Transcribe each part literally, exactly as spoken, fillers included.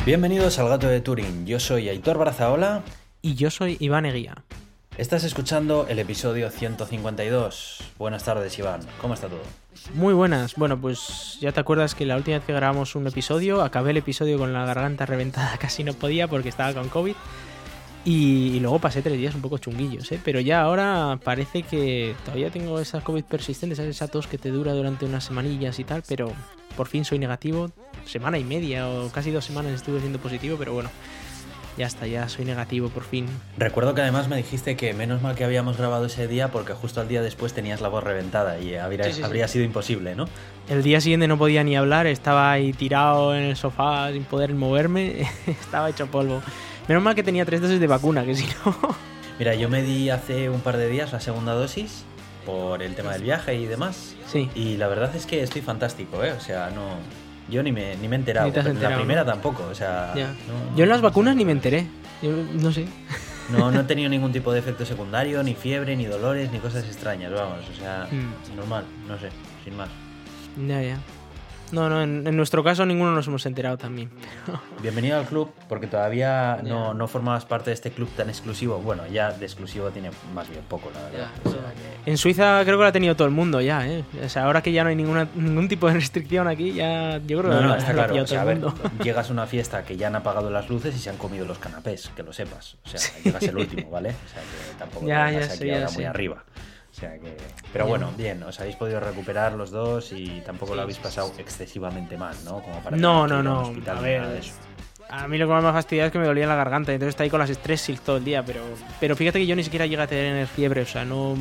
Bienvenidos al Gato de Turing. Yo soy Aitor Brazaola. Y yo soy Iván Eguía. Estás escuchando el episodio ciento cincuenta y dos. Buenas tardes, Iván. ¿Cómo está todo? Muy buenas. Bueno, pues ya te acuerdas que la última vez que grabamos un episodio, acabé el episodio con la garganta reventada, casi no podía porque estaba con COVID. Y, y luego pasé tres días un poco chunguillos, ¿eh? Pero ya ahora parece que todavía tengo esa COVID persistente, ¿sabes? Esa tos que te dura durante unas semanillas y tal, pero por fin soy negativo. Semana y media o casi dos semanas estuve siendo positivo, pero bueno, ya está, ya soy negativo por fin. Recuerdo que además me dijiste que menos mal que habíamos grabado ese día porque justo al día después tenías la voz reventada y habría, sí, sí, habría sí. sido imposible, ¿no? El día siguiente no podía ni hablar, estaba ahí tirado en el sofá sin poder moverme, estaba hecho polvo. Menos mal que tenía tres dosis de vacuna, que si no... Mira, yo me di hace un par de días la segunda dosis por el tema del viaje y demás. Sí. Y la verdad es que estoy fantástico, ¿eh? O sea, no... Yo ni me, ni me he enterado, ni te has enterado, la primera ¿no? Tampoco, o sea... No, yo en las vacunas ni me enteré, yo no sé. No, no he tenido ningún tipo de efecto secundario, ni fiebre, ni dolores, ni cosas extrañas, vamos, o sea, mm. normal, no sé, sin más. Ya, ya. No, no, en, en nuestro caso ninguno nos hemos enterado también. Pero... Bienvenido al club, porque todavía no, no formabas parte de este club tan exclusivo. Bueno, ya de exclusivo tiene más bien poco, la verdad. Ya, o sea, que... En Suiza creo que lo ha tenido todo el mundo ya, ¿eh? O sea, ahora que ya no hay ninguna, ningún tipo de restricción aquí, ya yo creo que no, no, lo, está lo claro. ha O sea, todo a el ver, mundo. llegas a una fiesta que ya han apagado las luces y se han comido los canapés, que lo sepas. O sea, sí. Llegas el último, ¿vale? O sea, que tampoco ya, te ya vas sé, aquí ya ahora sé. muy arriba. O sea que... Pero bien. Bueno, bien, os habéis podido recuperar los dos y tampoco sí, lo habéis pasado sí. excesivamente mal, ¿no? Como para no, no, no. Hospital a ver, nada de eso. A mí lo que más me ha fastidiado es que me dolía la garganta, entonces está ahí con las Strepsils todo el día, pero, pero fíjate que yo ni siquiera llegué a tener fiebre, o sea, no,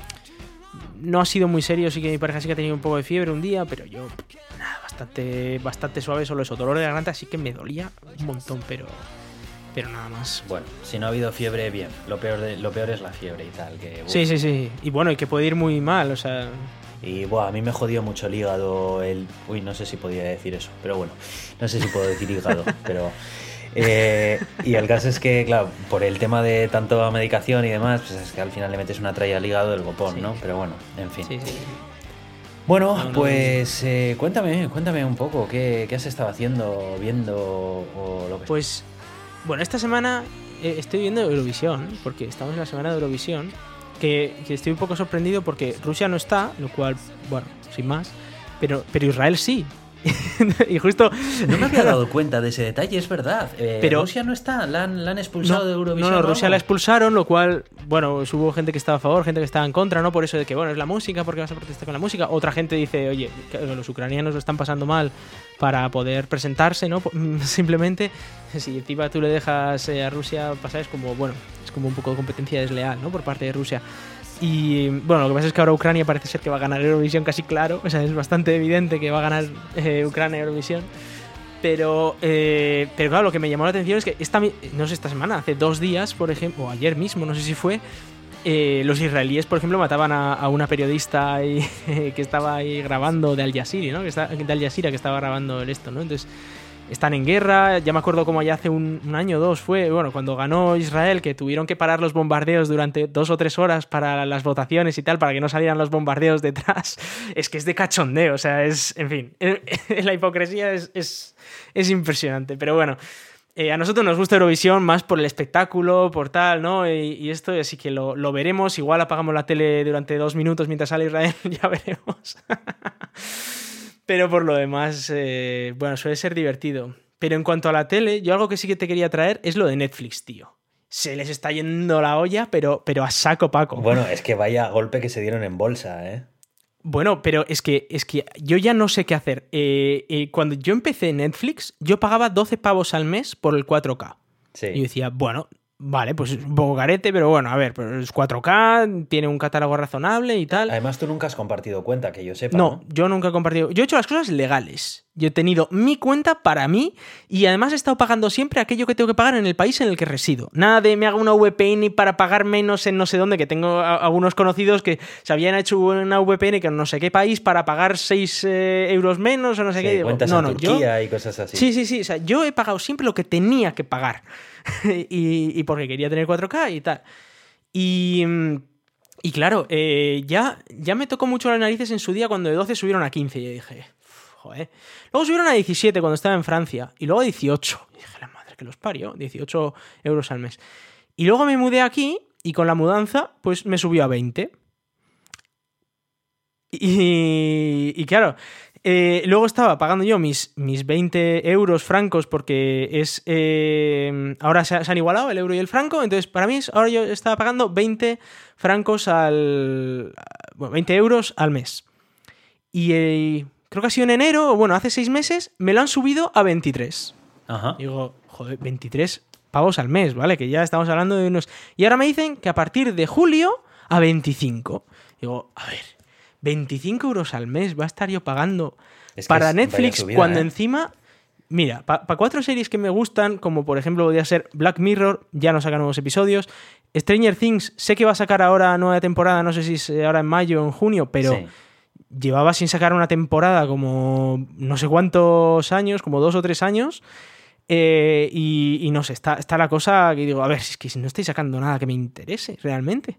no ha sido muy serio, sí que mi pareja sí que ha tenido un poco de fiebre un día, pero yo, nada, bastante, bastante suave, solo eso, dolor de garganta sí que me dolía un montón, pero... pero nada más. Bueno, si no ha habido fiebre, bien. Lo peor, de, lo peor es la fiebre y tal. Que, sí, sí, sí. Y bueno, y que puede ir muy mal, o sea... Y bueno, a mí me jodió mucho el hígado. El... Uy, no sé si podía decir eso, pero bueno. No sé si puedo decir hígado, pero... Eh, y el caso es que, claro, por el tema de tanto medicación y demás, pues es que al final le metes una tralla al hígado del gopón, sí. ¿no? Pero bueno, en fin. Sí, sí. Bueno, no, no, pues eh, cuéntame, cuéntame un poco. ¿Qué, qué has estado haciendo, viendo o lo que sea? Pues... Bueno, esta semana eh, estoy viendo Eurovisión, porque estamos en la semana de Eurovisión, que, que estoy un poco sorprendido porque Rusia no está, lo cual, bueno, sin más, pero, pero Israel sí. Y justo... No me había dado cuenta de ese detalle, es verdad. Eh, pero Rusia no está, la han, la han expulsado no, de Eurovisión. No, no, ¿no? Rusia la expulsaron, lo cual, bueno, hubo gente que estaba a favor, gente que estaba en contra, ¿no? Por eso de que, bueno, es la música, ¿por qué vas a protestar con la música? Otra gente dice, oye, los ucranianos lo están pasando mal para poder presentarse, ¿no? Simplemente, si encima tú le dejas a Rusia pasar, es como, bueno, es como un poco de competencia desleal, ¿no? Por parte de Rusia. Y bueno, lo que pasa es que ahora Ucrania parece ser que va a ganar Eurovisión casi claro, o sea, es bastante evidente que va a ganar eh, Ucrania Eurovisión. Pero, eh, pero claro, lo que me llamó la atención es que esta, no sé, esta semana, hace dos días, por ejemplo, o ayer mismo, no sé si fue, eh, los israelíes, por ejemplo, mataban a, a una periodista ahí, que estaba ahí grabando de Al Jazeera, ¿no? Que está, de Al Jazeera que estaba grabando el esto, ¿no? Entonces... Están en guerra, ya me acuerdo como ya hace un, un año o dos fue, bueno, cuando ganó Israel, que tuvieron que parar los bombardeos durante dos o tres horas para las votaciones y tal, para que no salieran los bombardeos detrás. Es que es de cachondeo, o sea, es, en fin, la hipocresía es, es, es impresionante, pero bueno. Eh, a nosotros nos gusta Eurovisión más por el espectáculo, por tal, ¿no? Y, y esto, así que lo, lo veremos. Igual apagamos la tele durante dos minutos mientras sale Israel, ya veremos. Pero por lo demás, eh, bueno, suele ser divertido. Pero en cuanto a la tele, yo algo que sí que te quería traer es lo de Netflix, tío. Se les está yendo la olla, pero, pero a saco paco. Bueno, es que vaya golpe que se dieron en bolsa, ¿eh? Bueno, pero es que, es que yo ya no sé qué hacer. Eh, eh, cuando yo empecé Netflix, yo pagaba doce pavos al mes por el cuatro K. Sí. Y yo decía, bueno... Vale, pues un poco carete, pero bueno, a ver, pues es cuatro K, tiene un catálogo razonable y tal. Además, tú nunca has compartido cuenta, que yo sepa, No, ¿no? yo nunca he compartido. Yo he hecho las cosas legales. Yo he tenido mi cuenta para mí y además he estado pagando siempre aquello que tengo que pagar en el país en el que resido. Nada de me hago una V P N para pagar menos en no sé dónde, que tengo a- algunos conocidos que se habían hecho una V P N que en no sé qué país para pagar seis eh, euros menos o no sé Sí, qué. Y digo, cuentas no, en no, Turquía yo... y cosas así. Sí, sí, sí. O sea, yo he pagado siempre lo que tenía que pagar. y, y porque quería tener cuatro K y tal. Y, y claro, eh, ya, ya me tocó mucho las narices en su día cuando de doce subieron a quince. Y yo dije, joder. Luego subieron a diecisiete cuando estaba en Francia. Y luego a dieciocho. Y dije, la madre que los parió. dieciocho euros al mes. Y luego me mudé aquí y con la mudanza, pues me subió a veinte. Y, y claro, eh, luego estaba pagando yo mis, mis veinte euros francos porque es eh, ahora se, se han igualado el euro y el franco. Entonces, para mí, ahora yo estaba pagando veinte francos al... Bueno, veinte euros al mes. Y eh, creo que ha sido en enero, o bueno, hace seis meses, me lo han subido a veintitrés. Ajá. Digo, joder, veintitrés pavos al mes, ¿vale? Que ya estamos hablando de unos... Y ahora me dicen que a partir de julio a veinticinco. Digo, a ver, veinticinco euros al mes va a estar yo pagando es para es Netflix subida, cuando ¿eh? Encima... Mira, para pa cuatro series que me gustan, como por ejemplo podría ser Black Mirror, ya no saca nuevos episodios. Stranger Things, sé que va a sacar ahora nueva temporada, no sé si es ahora en mayo o en junio, pero... Sí. Llevaba sin sacar una temporada como no sé cuántos años, como dos o tres años, eh, y, y no sé, está, está la cosa que digo, a ver, es que si no estoy sacando nada que me interese realmente.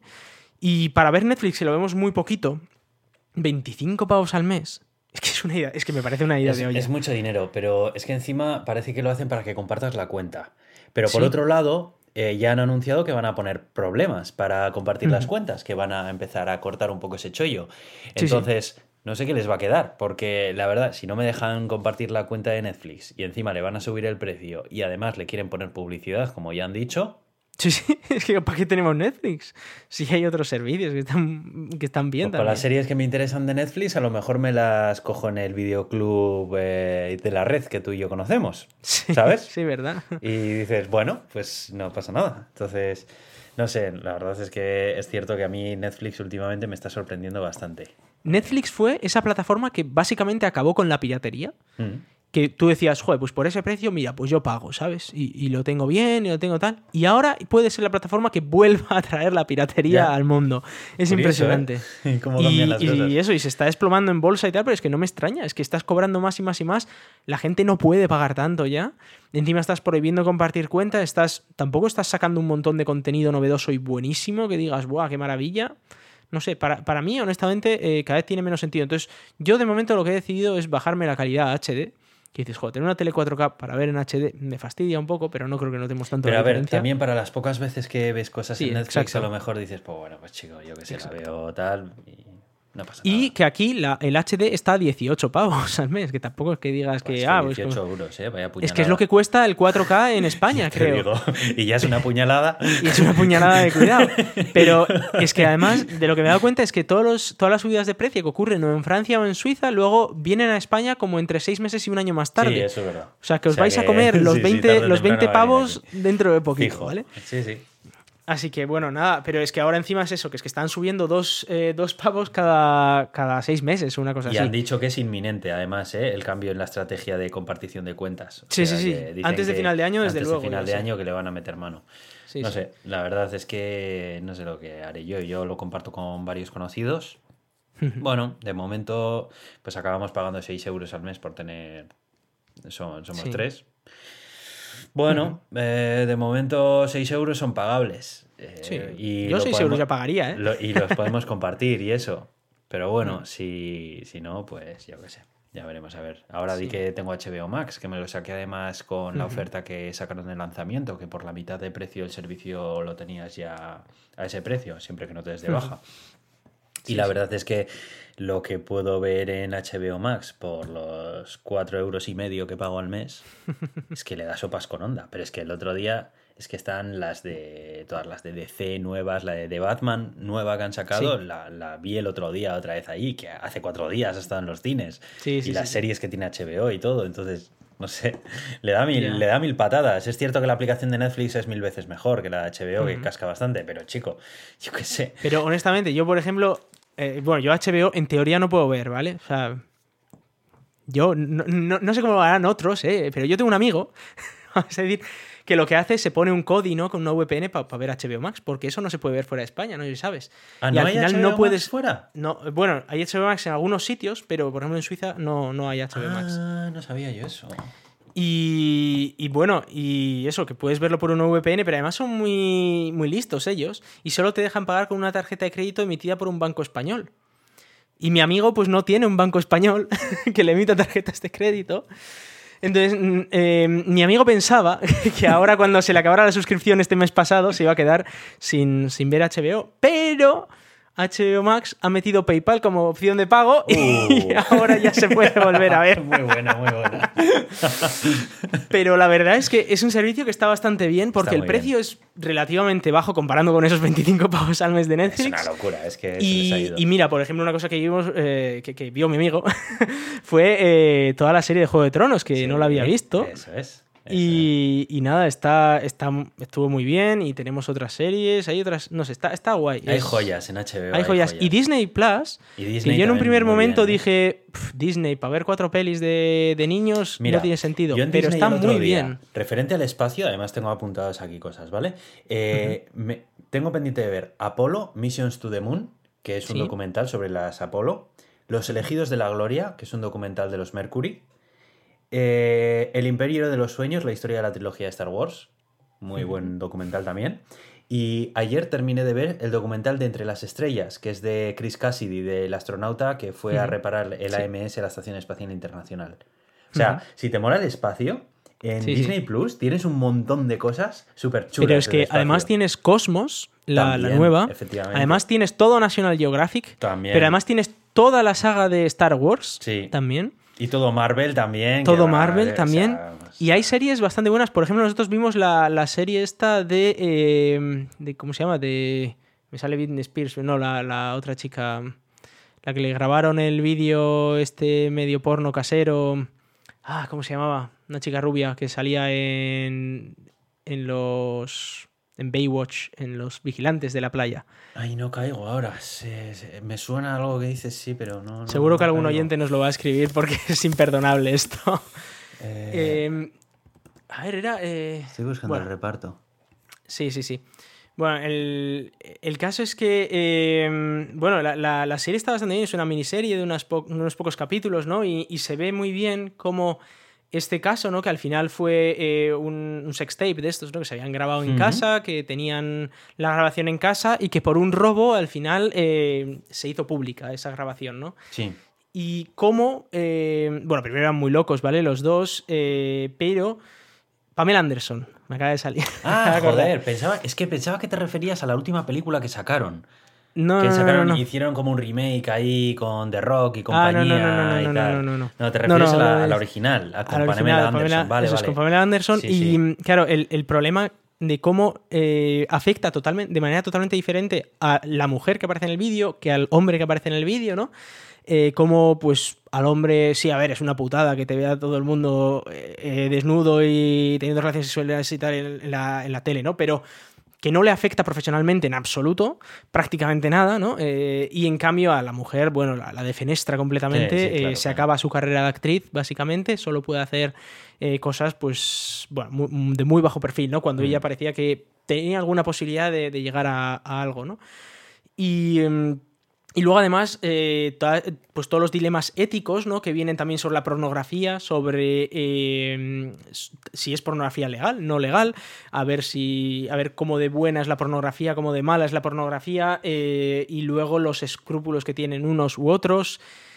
Y para ver Netflix, si lo vemos muy poquito, veinticinco pavos al mes, es que es una idea, es que me parece una idea es, de olla. Es mucho dinero, pero es que encima parece que lo hacen para que compartas la cuenta. Pero por ¿Sí? otro lado... Eh, ya han anunciado que van a poner problemas para compartir uh-huh. las cuentas, que van a empezar a cortar un poco ese chollo. Entonces, sí, sí. no sé qué les va a quedar, porque la verdad, si no me dejan compartir la cuenta de Netflix y encima le van a subir el precio y además le quieren poner publicidad, como ya han dicho... Sí, sí, es que ¿para qué tenemos Netflix? Si hay otros servicios que están, que están bien pues también. Para las series que me interesan de Netflix, a lo mejor me las cojo en el videoclub eh, de la red que tú y yo conocemos, sí, ¿sabes? Sí, verdad. Y dices, bueno, pues no pasa nada. Entonces, no sé, la verdad es que es cierto que a mí Netflix últimamente me está sorprendiendo bastante. Netflix fue esa plataforma que básicamente acabó con la piratería. Mm. Que tú decías, joder, pues por ese precio, mira, pues yo pago, ¿sabes? Y, y lo tengo bien, y lo tengo tal. Y ahora puede ser la plataforma que vuelva a traer la piratería ya. al mundo. Es Curioso, impresionante. ¿eh? ¿Cómo cambian y, las cosas? Y eso, y se está desplomando en bolsa y tal, pero es que no me extraña. Es que estás cobrando más y más y más. La gente no puede pagar tanto ya. Encima estás prohibiendo compartir cuentas. Estás, tampoco estás sacando un montón de contenido novedoso y buenísimo que digas, ¡buah, qué maravilla! No sé, para, para mí, honestamente, eh, cada vez tiene menos sentido. Entonces, yo de momento lo que he decidido es bajarme la calidad a H D. Que dices, joder, tener una tele cuatro K para ver en H D me fastidia un poco, pero no creo que notemos tanto pero la a ver, diferencia. también para las pocas veces que ves cosas sí, en Netflix, exacto. a lo mejor dices, pues bueno, pues chico, yo que sé, exacto. la veo tal y no pasa y nada. Y que aquí la, el H D está a dieciocho pavos al mes, que tampoco es que digas que... Pues ah, dieciocho pues, euros, ¿eh? Vaya puñalada. Es que es lo que cuesta el cuatro K en España, creo. Digo, y ya es una puñalada. Y es una puñalada de cuidado. Pero es que además, de lo que me he dado cuenta es que todos los, todas las subidas de precio que ocurren o en Francia o en Suiza, luego vienen a España como entre seis meses y un año más tarde. Sí, eso es verdad. O sea, que os o sea vais que... a comer los sí, veinte, sí, los veinte pavos dentro de poquito, Fijo. ¿vale? Sí, sí. Así que, bueno, nada, pero es que ahora encima es eso, que es que están subiendo dos, eh, dos pavos cada, cada seis meses o una cosa y así. Y han dicho que es inminente, además, ¿eh? El cambio en la estrategia de compartición de cuentas. O sí, sea, sí, sí. Antes de final de año, desde antes luego. Antes de final de sé. año que le van a meter mano. Sí, no sí. sé, la verdad es que no sé lo que haré yo. Yo lo comparto con varios conocidos. Bueno, de momento, pues acabamos pagando seis euros al mes por tener... Somos, somos sí. tres. Bueno, uh-huh. eh, de momento seis euros son pagables. Eh, sí. y Yo seis podemos, euros ya pagaría, ¿eh? Lo, y los podemos compartir y eso. Pero bueno, uh-huh. si, si no, pues yo qué sé. Ya veremos, a ver. Ahora sí. di que tengo H B O Max, que me lo saqué además con uh-huh. la oferta que sacaron de lanzamiento, que por la mitad de precio el servicio lo tenías ya a ese precio, siempre que no te des de baja. Uh-huh. Y sí, la verdad sí. es que lo que puedo ver en H B O Max por los cuatro euros y medio que pago al mes es que le da sopas con onda. Pero es que el otro día es que están las de todas las de D C nuevas, la de, de Batman nueva que han sacado, sí. la, la vi el otro día otra vez ahí, que hace cuatro días ha estado en los cines. Sí, sí, y las sí, series sí. que tiene H B O y todo, entonces... No sé, le da, mil, yeah. le da mil patadas. Es cierto que la aplicación de Netflix es mil veces mejor que la de H B O, uh-huh. que casca bastante, pero chico, yo qué sé. Pero honestamente, yo por ejemplo, eh, bueno, yo H B O en teoría no puedo ver, ¿vale? O sea, yo no, no, no sé cómo lo harán otros, ¿eh? Pero yo tengo un amigo, es decir, que lo que hace es se pone un código, ¿no? Con una V P N para pa ver H B O Max, porque eso no se puede ver fuera de España, ¿no? Ya sabes. ¿Ah, y no al hay final H B O no puedes Max fuera? No, bueno, hay H B O Max en algunos sitios, pero por ejemplo en Suiza no, no hay H B O Max. Ah, no sabía yo eso. Y, y bueno, y eso, que puedes verlo por una V P N, pero además son muy, muy listos ellos y solo te dejan pagar con una tarjeta de crédito emitida por un banco español. Y mi amigo pues no tiene un banco español que le emita tarjetas de crédito. Entonces, eh, mi amigo pensaba que ahora cuando se le acabara la suscripción este mes pasado se iba a quedar sin, sin ver H B O, pero H B O Max ha metido PayPal como opción de pago y uh. ahora ya se puede volver a ver. Muy buena, muy buena. Pero la verdad es que es un servicio que está bastante bien porque el precio bien. es relativamente bajo comparando con esos veinticinco pavos al mes de Netflix. Es una locura, es que y, se les ha ido. Y mira, por ejemplo, una cosa que vimos, eh, que, que vio mi amigo fue eh, toda la serie de Juego de Tronos, que sí, no la había visto. Eso es. Y, y nada, está, está, estuvo muy bien y tenemos otras series, hay otras, no sé, está, está guay. Hay es, joyas en H B O. Hay, hay joyas. joyas. Y Disney Plus, y Disney que yo en un primer momento bien, dije, Disney, para ver cuatro pelis de, de niños Mira, no tiene sentido, pero Disney está muy día, bien. Referente al espacio, además tengo apuntadas aquí cosas, ¿vale? Eh, uh-huh. me, tengo pendiente de ver Apollo, Missions to the Moon, que es un ¿Sí? documental sobre las Apolo, Los elegidos de la gloria, que es un documental de los Mercury, Eh, El imperio de los sueños, la historia de la trilogía de Star Wars, muy buen documental también. Y ayer terminé de ver el documental de Entre las estrellas, que es de Chris Cassidy, del astronauta que fue a reparar el A M S, la Estación Espacial Internacional. O sea, uh-huh. si te mola el espacio, en sí, Disney sí. Plus tienes un montón de cosas súper chulas. Pero es que además tienes Cosmos, la, también, la nueva. Además tienes todo National Geographic. También. Pero además tienes toda la saga de Star Wars. Sí. También. Y todo Marvel también. Todo Marvel va, también. O sea, pues... Y hay series bastante buenas. Por ejemplo, nosotros vimos la, la serie esta de, eh, de... ¿Cómo se llama? De... Me sale Britney Spears. No, la, la otra chica... La que le grabaron el vídeo este medio porno casero. Ah, ¿cómo se llamaba? Una chica rubia que salía en... En los... En Baywatch, en Los Vigilantes de la Playa. Ay, no caigo ahora. Se, se, me suena algo que dices, sí, pero no... no Seguro no que algún caigo. oyente nos lo va a escribir porque es imperdonable esto. Eh... Eh, a ver, era... Eh... Estoy buscando bueno. el reparto. Sí, sí, sí. Bueno, el, el caso es que... Eh, bueno, la, la, la serie está bastante bien. Es una miniserie de unas po- unos pocos capítulos, ¿no? Y, y se ve muy bien cómo... Este caso, ¿no? Que al final fue eh, un, un sextape de estos, ¿no? Que se habían grabado en uh-huh. casa, que tenían la grabación en casa y que por un robo al final eh, se hizo pública esa grabación, ¿no? Sí. Y cómo, eh, bueno, primero eran muy locos, ¿vale? Los dos, eh, pero Pamela Anderson, me acaba de salir. Ah, joder, pensaba, es que pensaba que te referías a la última película que sacaron. No, que sacaron, no, no, no. hicieron como un remake ahí con The Rock y compañía ah, no, no, no, no, y no, tal. No, no, no, no. te refieres no, no, a, la, no, a la original, a con a la Pamela original, Anderson. Pamela, vale, eso vale. es con Pamela Anderson sí, y, sí. claro, el, el problema de cómo eh, afecta totalmente, de manera totalmente diferente a la mujer que aparece en el vídeo que al hombre que aparece en el vídeo, ¿no? Eh, como, pues, al hombre, sí, a ver, es una putada que te vea todo el mundo eh, desnudo y teniendo relaciones sexuales y tal en la, en la tele, ¿no? Pero que no le afecta profesionalmente en absoluto, prácticamente nada, ¿no? Eh, y en cambio a la mujer, bueno, la, la defenestra completamente, sí, sí, claro, eh, se claro. acaba su carrera de actriz, básicamente, solo puede hacer eh, cosas, pues, bueno, muy, de muy bajo perfil, ¿no? Cuando mm. ella parecía que tenía alguna posibilidad de, de llegar a, a algo, ¿no? Y... Eh, Y luego, además, eh, to- pues todos los dilemas éticos, ¿no? Que vienen también sobre la pornografía, sobre eh, si es pornografía legal, no legal, a ver si, a ver cómo de buena es la pornografía, cómo de mala es la pornografía, eh, y luego los escrúpulos que tienen unos u otros.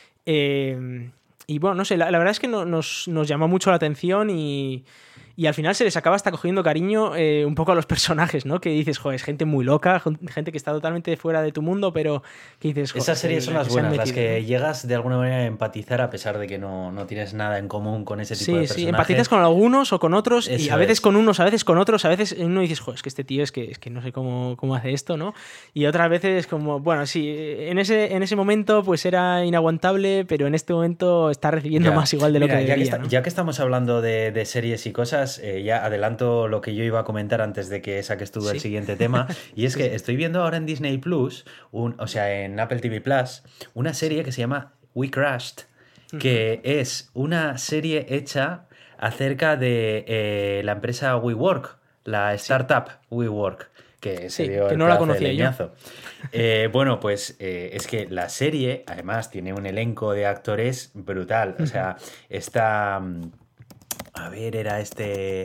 Eh, y bueno, no sé, la, la verdad es que no, nos, nos llamó mucho la atención y... Y al final se les acaba hasta cogiendo cariño eh, un poco a los personajes, ¿no? Que dices, joder, es gente muy loca, gente que está totalmente fuera de tu mundo, pero que dices, joder... Esas series son las que buenas, metido, las que ¿no? llegas de alguna manera a empatizar a pesar de que no, no tienes nada en común con ese tipo sí, de personajes. Sí, empatizas con algunos o con otros, Eso y a veces es. con unos, a veces con otros, a veces uno dices, joder, es que este tío es que, es que no sé cómo, cómo hace esto, ¿no? Y otras veces como, bueno, sí, en ese, en ese momento pues era inaguantable, pero en este momento está recibiendo ya. más igual de lo Mira, que ya debería, que, está, ¿no? ya que estamos hablando de, de series y cosas, eh, ya adelanto lo que yo iba a comentar antes de que saques tú sí. el siguiente tema, y es que estoy viendo ahora en Disney Plus, un, o sea, en Apple T V Plus, una serie que se llama We Crashed, que uh-huh. es una serie hecha acerca de eh, la empresa WeWork, la startup sí. WeWork, que se sí, dio que el no la conocía yo. yo. Eh, bueno, pues eh, es que la serie, además, tiene un elenco de actores brutal, uh-huh. o sea, está... A ver, era este...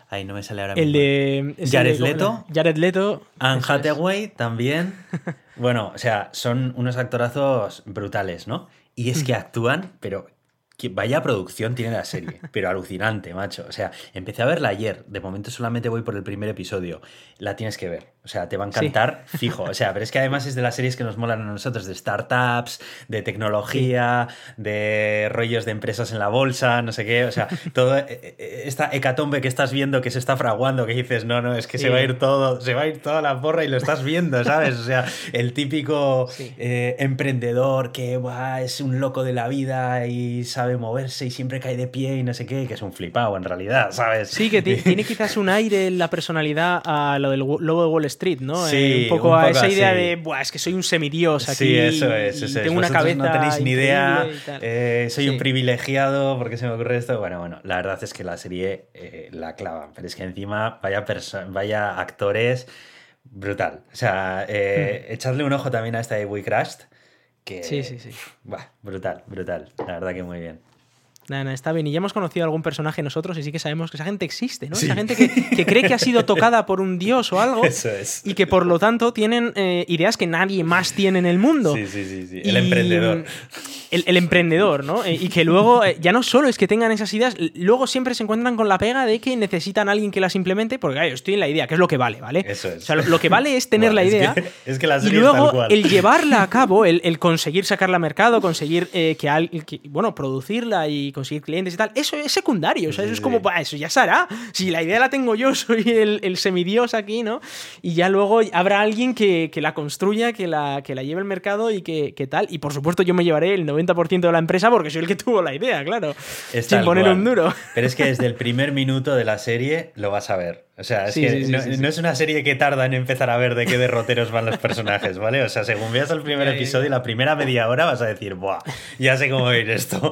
Ay, no me sale ahora El mismo. de... es Jared el de- Leto. Jared Leto. Anne eso es. Hathaway también. Bueno, o sea, son unos actorazos brutales, ¿no? Y es que actúan, pero que vaya producción tiene la serie, pero alucinante, macho. O sea, empecé a verla ayer, de momento solamente voy por el primer episodio. La tienes que ver, o sea, te va a encantar, sí. Fijo. O sea, pero es que además es de las series que nos molan a nosotros, de startups, de tecnología, sí. de rollos de empresas en la bolsa, no sé qué. O sea, toda esta hecatombe que estás viendo, que se está fraguando, que dices, no, no, es que sí. se va a ir todo, se va a ir toda la porra y lo estás viendo, ¿sabes? O sea, el típico sí. eh, emprendedor que buah, es un loco de la vida y sabe moverse y siempre cae de pie y no sé qué, que es un flipado en realidad, ¿sabes? Sí, que tiene quizás un aire en la personalidad a lo del lobo de Wall Street, ¿no? Sí, eh, un, poco un a poco esa idea así. de, buah, es que soy un semidios aquí. Sí, eso es, eso y es. Tengo una cabeza no tenéis ni idea, eh, soy sí. un privilegiado porque se me ocurre esto. Bueno, bueno, la verdad es que la serie eh, la clavan, pero es que encima vaya, vaya actores brutal. O sea, eh, hmm. echadle un ojo también a esta de We Crashed. Que, sí, sí, sí. Bah, brutal, brutal. La verdad que muy bien. Nada, nada, está bien. Y ya hemos conocido a algún personaje nosotros y sí que sabemos que esa gente existe, ¿no? Sí. Esa gente que, que cree que ha sido tocada por un dios o algo. Eso es. Y que por lo tanto tienen eh, ideas que nadie más tiene en el mundo. Sí, sí, sí. sí. El y, emprendedor. El, el emprendedor, ¿no? Y que luego, eh, ya no solo es que tengan esas ideas, luego siempre se encuentran con la pega de que necesitan a alguien que las implemente, porque claro, yo estoy en la idea, que es lo que vale, ¿vale? Eso es. O sea, lo, lo que vale es tener bueno, la idea. Es que, es que la y luego el llevarla a cabo, el, el conseguir sacarla al mercado, conseguir eh, que, al, que, bueno, producirla y conseguir clientes y tal. Eso es secundario, o sea, eso es como, bah, eso ya se hará. Si la idea la tengo yo, soy el, el semidios aquí, ¿no? Y ya luego habrá alguien que, que la construya, que la, que la lleve al mercado y que, que tal. Y por supuesto yo me llevaré el noventa por ciento de la empresa porque soy el que tuvo la idea, claro. Es sin poner un duro. Pero es que desde el primer minuto de la serie lo vas a ver. O sea, es sí, que sí, sí, no, sí, sí. no es una serie que tarda en empezar a ver de qué derroteros van los personajes, ¿vale? O sea, según veas el primer episodio y la primera media hora vas a decir, ¡buah! Ya sé cómo ir esto.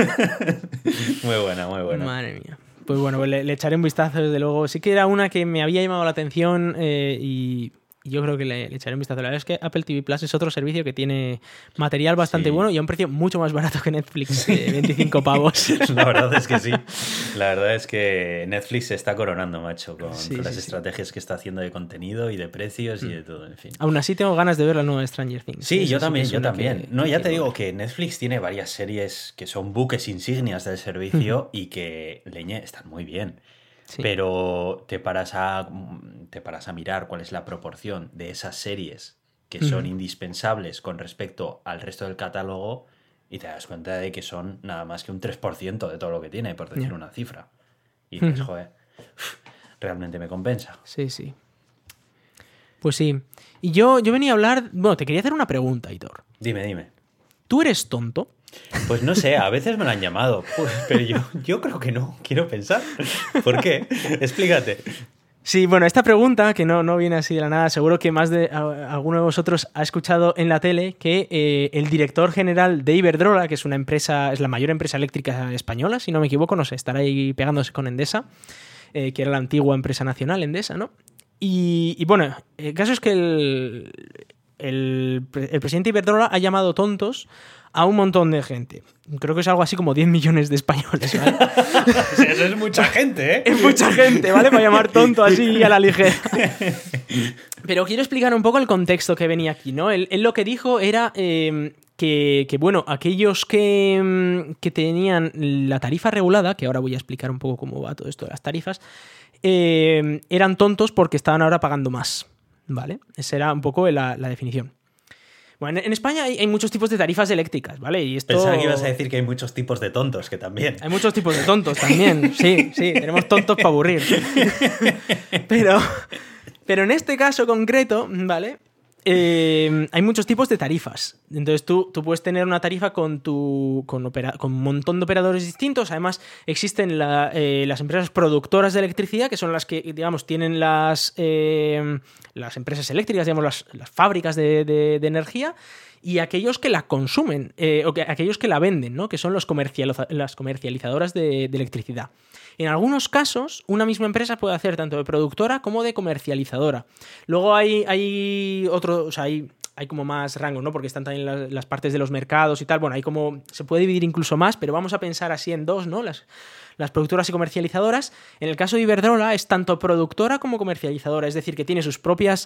Muy buena, muy buena. Madre mía. Pues bueno, le, le echaré un vistazo, desde luego. Sí que era una que me había llamado la atención eh, y... yo creo que le, le echaré un vistazo. La verdad es que Apple T V Plus es otro servicio que tiene material bastante sí. bueno y a un precio mucho más barato que Netflix, de veinticinco pavos. La verdad es que sí. La verdad es que Netflix se está coronando, macho, con, sí, con las sí, estrategias sí. que está haciendo de contenido y de precios mm. y de todo, en fin. Aún así tengo ganas de ver la nueva Stranger Things. Sí, yo también, yo también. Que, no, ya que te que digo bueno. que Netflix tiene varias series que son buques insignias del servicio mm. y que, leñe, están muy bien. Sí. Pero te paras, a, te paras a mirar cuál es la proporción de esas series que son uh-huh. indispensables con respecto al resto del catálogo y te das cuenta de que son nada más que un tres por ciento de todo lo que tiene, por decir yeah. una cifra. Y dices, uh-huh. joder, realmente me compensa. Sí, sí. Pues sí. Y yo, yo venía a hablar... Bueno, te quería hacer una pregunta, Hitor. Dime, dime. ¿Tú eres tonto? Pues no sé, a veces me lo han llamado, pero yo, yo creo que no, quiero pensar. ¿Por qué? Explícate. Sí, bueno, esta pregunta, que no, no viene así de la nada, seguro que más de a, alguno de vosotros ha escuchado en la tele que eh, el director general de Iberdrola, que es una empresa, es la mayor empresa eléctrica española, si no me equivoco, no sé, estará ahí pegándose con Endesa, eh, que era la antigua empresa nacional Endesa, ¿no? Y, y bueno, el caso es que el, el, el presidente de Iberdrola ha llamado tontos a un montón de gente. Creo que es algo así como diez millones de españoles, ¿vale? O sea, eso es mucha gente, ¿eh? Es mucha gente, ¿vale? Para llamar tonto así a la ligera. Pero quiero explicar un poco el contexto que venía aquí, ¿no? Él, él lo que dijo era eh, que, que, bueno, aquellos que, que tenían la tarifa regulada, que ahora voy a explicar un poco cómo va todo esto de las tarifas, eh, eran tontos porque estaban ahora pagando más, ¿vale? Esa era un poco la, la definición. Bueno, en España hay, hay muchos tipos de tarifas eléctricas, ¿vale? Y esto... Pensaba que ibas a decir que hay muchos tipos de tontos, que también. Hay muchos tipos de tontos también, sí, sí, tenemos tontos para aburrir. Pero, pero en este caso concreto, ¿vale? Eh, hay muchos tipos de tarifas. Entonces tú, tú puedes tener una tarifa con, tu, con, opera, con un montón de operadores distintos. Además existen la, eh, las empresas productoras de electricidad, que son las que, digamos, tienen las, eh, las empresas eléctricas, digamos, las, las fábricas de, de, de energía, y aquellos que la consumen, eh, o que, aquellos que la venden, ¿no? Que son los comercializa- las comercializadoras de, de electricidad. En algunos casos, una misma empresa puede hacer tanto de productora como de comercializadora. Luego hay, hay otro, o sea, hay, hay como más rango, ¿no? Porque están también las, las partes de los mercados y tal. Bueno, hay como... Se puede dividir incluso más, pero vamos a pensar así en dos, ¿no? Las, las productoras y comercializadoras. En el caso de Iberdrola es tanto productora como comercializadora, es decir, que tiene sus propias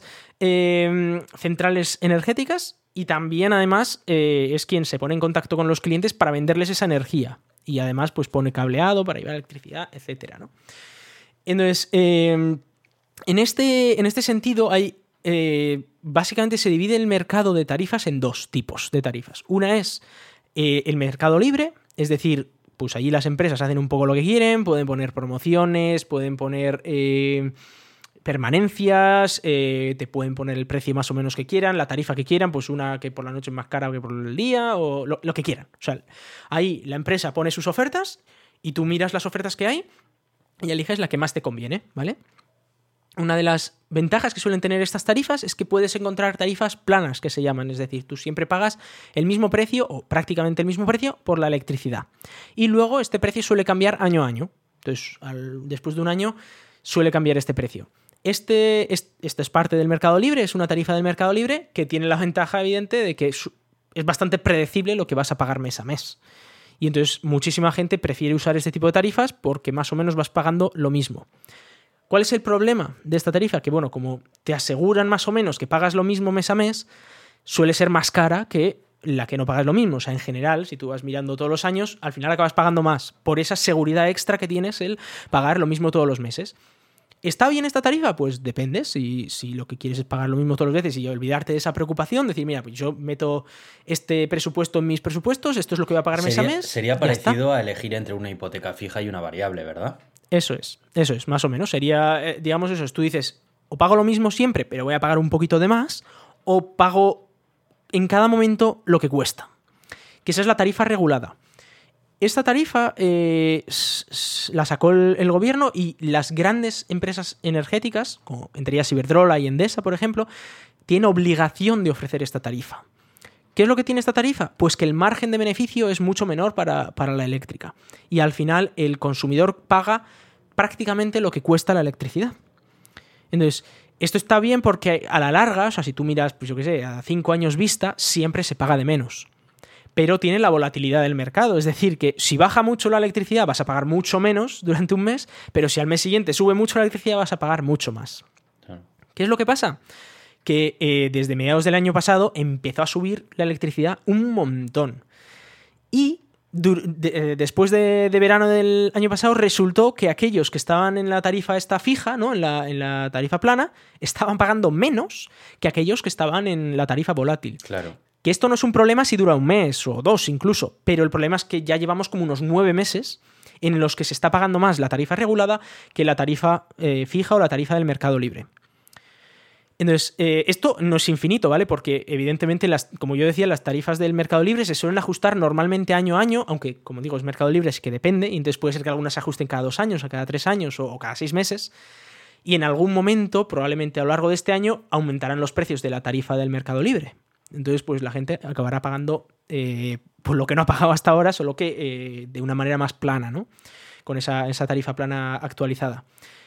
eh, centrales energéticas y también, además, eh, es quien se pone en contacto con los clientes para venderles esa energía. Y además, pues pone cableado para llevar electricidad, etcétera, ¿no? Entonces, eh, en, este, en este sentido hay... Eh, básicamente se divide el mercado de tarifas en dos tipos de tarifas. Una es eh, el mercado libre, es decir, pues allí las empresas hacen un poco lo que quieren, pueden poner promociones, pueden poner eh, permanencias, eh, te pueden poner el precio más o menos que quieran, la tarifa que quieran, pues una que por la noche es más cara que por el día, o lo, lo que quieran. O sea, ahí la empresa pone sus ofertas y tú miras las ofertas que hay y eliges la que más te conviene, ¿vale? Una de las ventajas que suelen tener estas tarifas es que puedes encontrar tarifas planas, que se llaman, es decir, tú siempre pagas el mismo precio o prácticamente el mismo precio por la electricidad. Y luego este precio suele cambiar año a año. Entonces, al, después de un año suele cambiar este precio. Este, este, esto es parte del mercado libre, es una tarifa del mercado libre que tiene la ventaja evidente de que es, es bastante predecible lo que vas a pagar mes a mes. Y entonces muchísima gente prefiere usar este tipo de tarifas porque más o menos vas pagando lo mismo. ¿Cuál es el problema de esta tarifa? Que, bueno, como te aseguran más o menos que pagas lo mismo mes a mes, suele ser más cara que la que no pagas lo mismo. O sea, en general, si tú vas mirando todos los años, al final acabas pagando más por esa seguridad extra que tienes el pagar lo mismo todos los meses. ¿Está bien esta tarifa? Pues depende. Si, si lo que quieres es pagar lo mismo todas las veces y olvidarte de esa preocupación, decir, mira, pues yo meto este presupuesto en mis presupuestos, esto es lo que voy a pagar mes sería, a mes. Sería parecido a elegir entre una hipoteca fija y una variable, ¿verdad? Eso es, eso es, más o menos. Sería, eh, digamos, eso es, tú dices, o pago lo mismo siempre, pero voy a pagar un poquito de más, o pago en cada momento lo que cuesta. Que esa es la tarifa regulada. Esta tarifa eh, la sacó el, el gobierno y las grandes empresas energéticas, como entre ellas Iberdrola y Endesa, por ejemplo, tienen obligación de ofrecer esta tarifa. ¿Qué es lo que tiene esta tarifa? Pues que el margen de beneficio es mucho menor para, para la eléctrica. Y al final el consumidor paga prácticamente lo que cuesta la electricidad. Entonces, esto está bien porque a la larga, o sea, si tú miras, pues yo qué sé, a cinco años vista, siempre se paga de menos. Pero tiene la volatilidad del mercado. Es decir, que si baja mucho la electricidad vas a pagar mucho menos durante un mes, pero si al mes siguiente sube mucho la electricidad vas a pagar mucho más. Claro. ¿Qué es lo que pasa? Que eh, desde mediados del año pasado empezó a subir la electricidad un montón. Y de, de, después de, de verano del año pasado resultó que aquellos que estaban en la tarifa esta fija, ¿no? en, la, en la tarifa plana, estaban pagando menos que aquellos que estaban en la tarifa volátil. Claro. Que esto no es un problema si dura un mes o dos incluso, pero el problema es que ya llevamos como unos nueve meses en los que se está pagando más la tarifa regulada que la tarifa eh, fija o la tarifa del mercado libre. Entonces, eh, esto no es infinito, ¿vale? Porque evidentemente, las, como yo decía, las tarifas del mercado libre se suelen ajustar normalmente año a año, aunque, como digo, es mercado libre, es que depende, y entonces puede ser que algunas se ajusten cada dos años, o cada tres años, o, o cada seis meses, y en algún momento, probablemente a lo largo de este año, aumentarán los precios de la tarifa del mercado libre. Entonces, pues la gente acabará pagando eh, pues lo que no ha pagado hasta ahora, solo que eh, de una manera más plana, ¿no? Con esa, esa tarifa plana actualizada.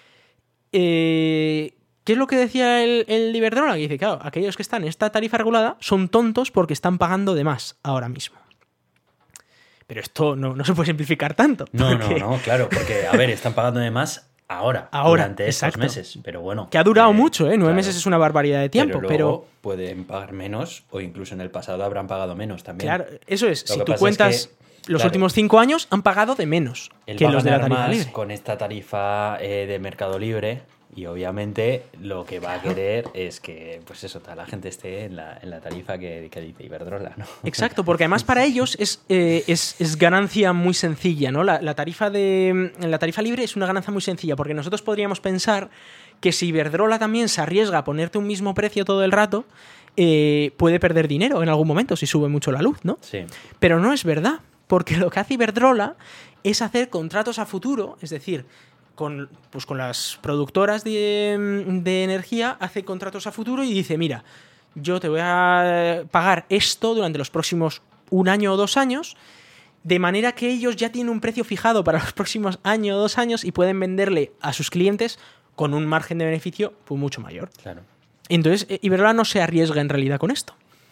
Eh... ¿Qué es lo que decía el, el Iberdrola? Que dice, claro, aquellos que están en esta tarifa regulada son tontos porque están pagando de más ahora mismo. Pero esto no, no se puede simplificar tanto. No, porque... no, no, claro, porque, a ver, están pagando de más ahora, ahora durante exacto. estos meses, pero bueno. Que ha durado eh, mucho, ¿eh? Nueve claro, meses es una barbaridad de tiempo, pero... pero... Luego pueden pagar menos o incluso en el pasado habrán pagado menos también. Claro, eso es. Lo si que tú pasa cuentas... es que, los claro, últimos cinco años han pagado de menos que los de la tarifa libre. Con esta tarifa eh, de mercado libre, y obviamente lo que va a querer es que, pues eso, toda la gente esté en la, en la tarifa que, que dice Iberdrola, ¿no? Exacto, porque además para ellos es, eh, es, es ganancia muy sencilla, ¿no? La, la, tarifa de, la tarifa libre es una ganancia muy sencilla, porque nosotros podríamos pensar que si Iberdrola también se arriesga a ponerte un mismo precio todo el rato, eh, puede perder dinero en algún momento si sube mucho la luz, ¿no? Sí. Pero no es verdad, porque lo que hace Iberdrola es hacer contratos a futuro, es decir... Con, pues con las productoras de, de energía, hace contratos a futuro y dice, mira, yo te voy a pagar esto durante los próximos un año o dos años, de manera que ellos ya tienen un precio fijado para los próximos año o dos años y pueden venderle a sus clientes con un margen de beneficio pues, mucho mayor. Claro. Entonces, Iberdrola no se arriesga en realidad con esto.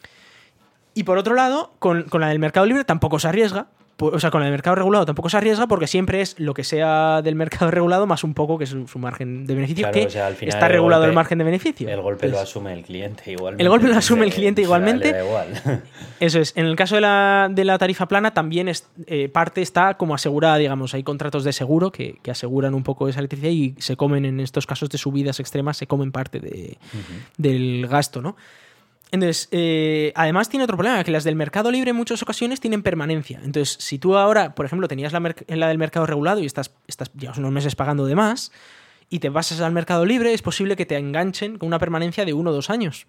Y por otro lado, con, con la del mercado libre tampoco se arriesga. O sea, con el mercado regulado tampoco se arriesga porque siempre es lo que sea del mercado regulado más un poco que su, su margen de beneficio, Claro, que o sea, al final está el regulado golpe- el margen de beneficio. El golpe lo Entonces, asume el cliente igualmente. El golpe lo asume el cliente O sea, igualmente. le da igual. Eso es. En el caso de la, de la tarifa plana también es, eh, parte está como asegurada, digamos. Hay contratos de seguro que, que aseguran un poco esa electricidad y se comen en estos casos de subidas extremas, se comen parte de, Ujú. del gasto, ¿no? Entonces, eh, además tiene otro problema, que las del mercado libre en muchas ocasiones tienen permanencia. Entonces, si tú ahora, por ejemplo, tenías la, merc- la del mercado regulado y estás, estás llevas unos meses pagando de más y te pasas al mercado libre, es posible que te enganchen con una permanencia de uno o dos años.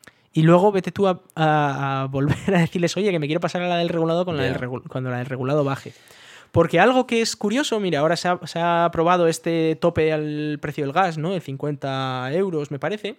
Y luego vete tú a, a- a volver a decirles, oye, que me quiero pasar a la del regulado con la Ya. del regu- cuando la del regulado baje. Porque algo que es curioso, mira, ahora se ha, se ha aprobado este tope al precio del gas, ¿no? De cincuenta euros, me parece.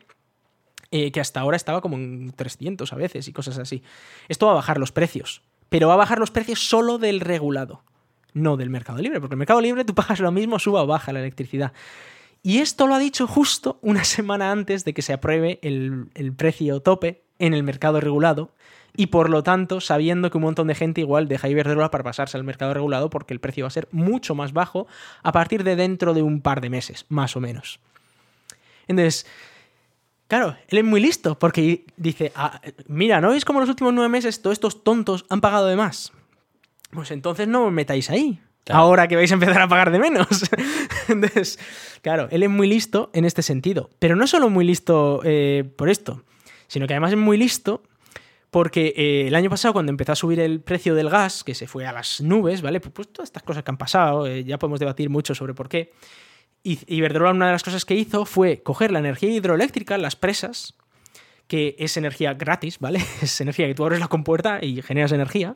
Eh, que hasta ahora estaba como en trescientos a veces y cosas así. Esto va a bajar los precios, pero va a bajar los precios solo del regulado, no del mercado libre, porque el mercado libre tú pagas lo mismo, suba o baja la electricidad. Y esto lo ha dicho justo una semana antes de que se apruebe el, el precio tope en el mercado regulado y por lo tanto sabiendo que un montón de gente igual deja Iberdrola para pasarse al mercado regulado porque el precio va a ser mucho más bajo a partir de dentro de un par de meses, más o menos. Entonces... Claro, él es muy listo porque dice, ah, mira, ¿no veis cómo los últimos nueve meses todos estos tontos han pagado de más? Pues entonces no os metáis ahí, Claro. ahora que vais a empezar a pagar de menos. Entonces, claro, él es muy listo en este sentido. Pero no solo muy listo eh, por esto, sino que además es muy listo porque eh, el año pasado cuando empezó a subir el precio del gas, que se fue a las nubes, ¿vale? Pues, pues todas estas cosas que han pasado, eh, ya podemos debatir mucho sobre por qué. Y Iberdrola, una de las cosas que hizo fue coger la energía hidroeléctrica, las presas, que es energía gratis, ¿vale? Es energía que tú abres la compuerta y generas energía,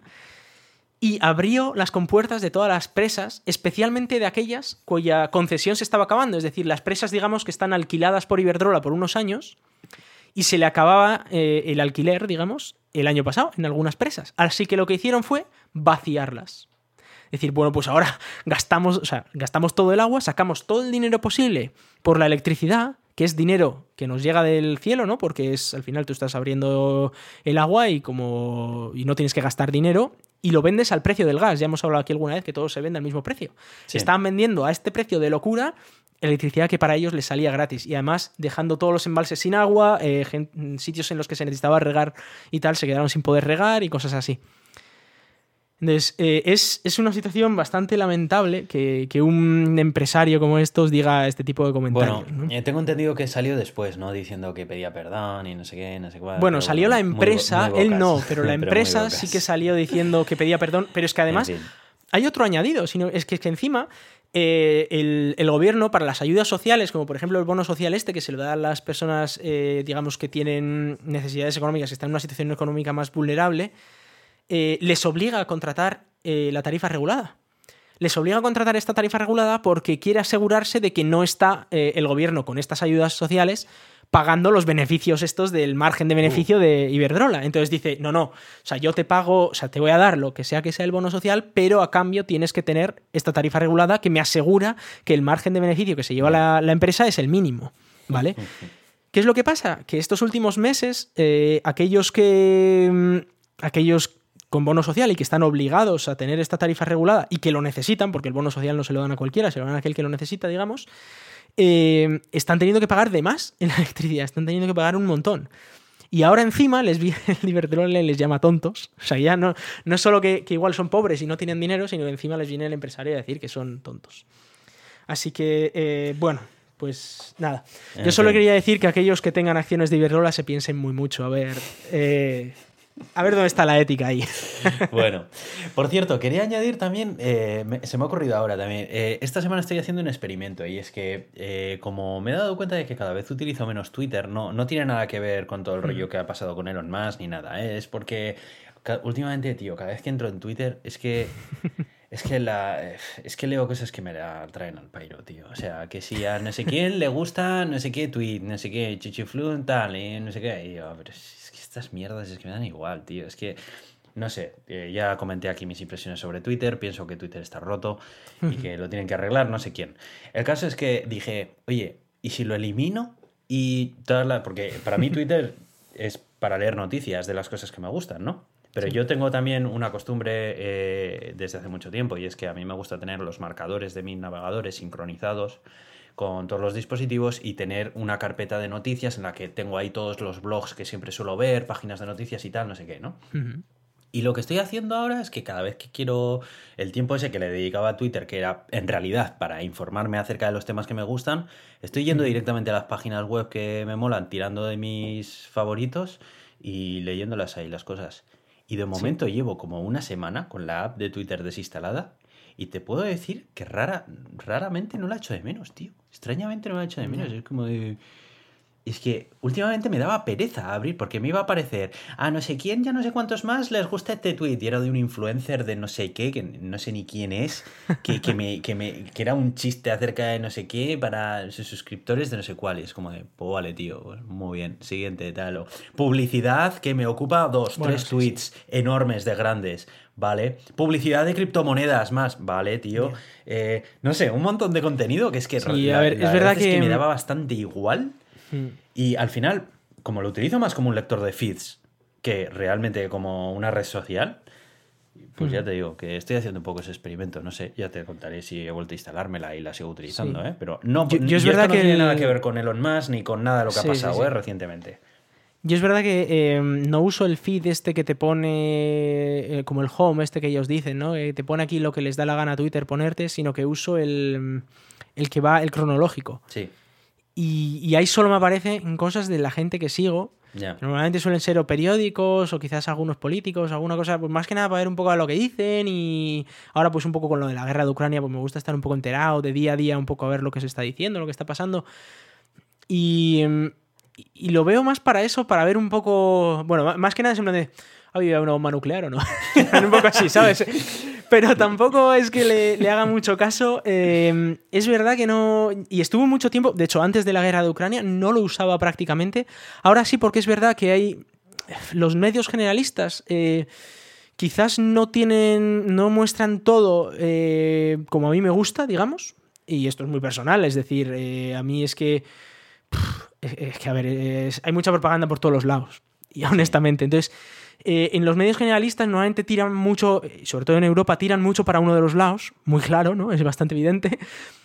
y abrió las compuertas de todas las presas, especialmente de aquellas cuya concesión se estaba acabando, es decir, las presas, digamos, que están alquiladas por Iberdrola por unos años y se le acababa eh, el alquiler, digamos, el año pasado en algunas presas. Así que lo que hicieron fue vaciarlas. Es decir, bueno, pues ahora gastamos, o sea, gastamos todo el agua, sacamos todo el dinero posible por la electricidad, que es dinero que nos llega del cielo, ¿no? Porque es, al final tú estás abriendo el agua y como y no tienes que gastar dinero y lo vendes al precio del gas. Ya hemos hablado aquí alguna vez que todo se vende al mismo precio. Sí. Estaban vendiendo a este precio de locura electricidad que para ellos les salía gratis y además dejando todos los embalses sin agua, eh, gen- sitios en los que se necesitaba regar y tal, se quedaron sin poder regar y cosas así. Entonces, eh, es, es una situación bastante lamentable que, que un empresario como estos diga este tipo de comentarios. Bueno, ¿no? eh, tengo entendido que salió después, ¿no? Diciendo que pedía perdón y no sé qué, no sé cuál. Bueno, pero salió la muy empresa, bo- muy él bocas. no, pero la Pero muy empresa bocas. sí que salió diciendo que pedía perdón, pero es que además En fin. hay otro añadido, sino es que, es que encima eh, el, el gobierno para las ayudas sociales, como por ejemplo el bono social este, que se lo da a las personas, eh, digamos, que tienen necesidades económicas, que están en una situación económica más vulnerable, eh, les obliga a contratar eh, la tarifa regulada. Les obliga a contratar esta tarifa regulada porque quiere asegurarse de que no está eh, el gobierno con estas ayudas sociales pagando los beneficios estos del margen de beneficio uh. de Iberdrola. Entonces dice, no, no, o sea, yo te pago, o sea, te voy a dar lo que sea que sea el bono social, pero a cambio tienes que tener esta tarifa regulada que me asegura que el margen de beneficio que se lleva la, la empresa es el mínimo, ¿vale? ¿Qué es lo que pasa? Que estos últimos meses, eh, aquellos que... aquellos con bono social y que están obligados a tener esta tarifa regulada y que lo necesitan, porque el bono social no se lo dan a cualquiera, se lo dan a aquel que lo necesita, digamos, eh, están teniendo que pagar de más en la electricidad, están teniendo que pagar un montón. Y ahora encima les viene el Iberdrola les llama tontos. O sea, ya no, no es solo que, que igual son pobres y no tienen dinero, sino que encima les viene el empresario a decir que son tontos. Así que, eh, bueno, pues nada. Yo en solo fin. quería decir que aquellos que tengan acciones de Iberdrola se piensen muy mucho. A ver... Eh, A ver dónde está la ética ahí. Bueno, por cierto, quería añadir también, eh, me- se me ha ocurrido ahora también, eh, esta semana estoy haciendo un experimento y es que eh, como me he dado cuenta de que cada vez utilizo menos Twitter, no, no tiene nada que ver con todo el rollo que ha pasado con Elon Musk ni nada, ¿eh? Es porque ca- últimamente, tío, cada vez que entro en Twitter es que... Es que, la, es que leo cosas que me la traen al pairo, tío. O sea, que si a no sé quién le gusta no sé qué tweet, no sé qué, chichiflun, tal, y no sé qué. Y yo, pero es que estas mierdas es que me dan igual, tío. Es que, no sé, eh, ya comenté aquí mis impresiones sobre Twitter. Pienso que Twitter está roto y que lo tienen que arreglar, no sé quién. El caso es que dije, oye, ¿y si lo elimino? Y todas las... Porque para mí Twitter es para leer noticias de las cosas que me gustan, ¿no? Pero Sí. yo tengo también una costumbre eh, desde hace mucho tiempo, y es que a mí me gusta tener los marcadores de mis navegadores sincronizados con todos los dispositivos y tener una carpeta de noticias en la que tengo ahí todos los blogs que siempre suelo ver, páginas de noticias y tal, no sé qué, ¿no? Ujú. Y lo que estoy haciendo ahora es que cada vez que quiero el tiempo ese que le dedicaba a Twitter, que era en realidad para informarme acerca de los temas que me gustan, estoy yendo Ujú. directamente a las páginas web que me molan, tirando de mis favoritos y leyéndolas ahí las cosas. Y de Sí. momento llevo como una semana con la app de Twitter desinstalada y te puedo decir que rara, raramente no la echo de menos, tío. Extrañamente no la echo de menos. Ya. Es como de... Es que últimamente me daba pereza abrir porque me iba a aparecer a no sé quién, ya no sé cuántos más les gusta este tweet. Y era de un influencer de no sé qué, que no sé ni quién es, que, que, me, que, me, que era un chiste acerca de no sé qué para sus suscriptores de no sé cuál. Y es como de, pues vale, tío, pues muy bien, siguiente, tal. O publicidad que me ocupa dos, Bueno, tres sí, tweets sí. enormes de grandes. Vale, publicidad de criptomonedas más, vale, tío. Ya. Eh, no sé, un montón de contenido que es que Sí, a la, ver, la es verdad verdad es que que... me daba bastante igual. Mm. Y al final, como lo utilizo más como un lector de feeds que realmente como una red social, pues ya Ujú. te digo que estoy haciendo un poco ese experimento. No sé, ya te contaré si he vuelto a instalármela y la sigo utilizando, Sí. ¿eh? Pero no, Yo, yo es y esto verdad no que tiene nada que el... ver con Elon Musk ni con nada de lo que ha Sí, sí, pasado, ¿eh? sí. Recientemente. Yo es verdad que eh, no uso el feed este que te pone, eh, como el home este que ellos dicen, ¿no? Eh, te pone aquí lo que les da la gana a Twitter ponerte, sino que uso el, el que va, el cronológico. Sí, Y, y ahí solo me aparecen cosas de la gente que sigo. ya. Normalmente suelen ser o periódicos o quizás algunos políticos, alguna cosa, pues más que nada para ver un poco a lo que dicen. Y ahora pues un poco con lo de la guerra de Ucrania, pues me gusta estar un poco enterado de día a día, un poco a ver lo que se está diciendo, lo que está pasando. Y, mm, y lo veo más para eso, para ver un poco. Bueno, más que nada es en plan de. ¿Ha habido una bomba nuclear o no? Un poco así, ¿sabes? Pero tampoco es que le, le haga mucho caso. Eh, es verdad que no. Y estuvo mucho tiempo. De hecho, antes de la guerra de Ucrania no lo usaba prácticamente. Ahora sí, porque es verdad que hay. Los medios generalistas. Eh, quizás no tienen. No muestran todo eh, como a mí me gusta, digamos. Y esto es muy personal. Es decir, eh, a mí es que. Es que, a ver, es, hay mucha propaganda por todos los lados. Y honestamente, entonces, eh, en los medios generalistas normalmente tiran mucho, sobre todo en Europa, tiran mucho para uno de los lados, muy claro, ¿no? Es bastante evidente.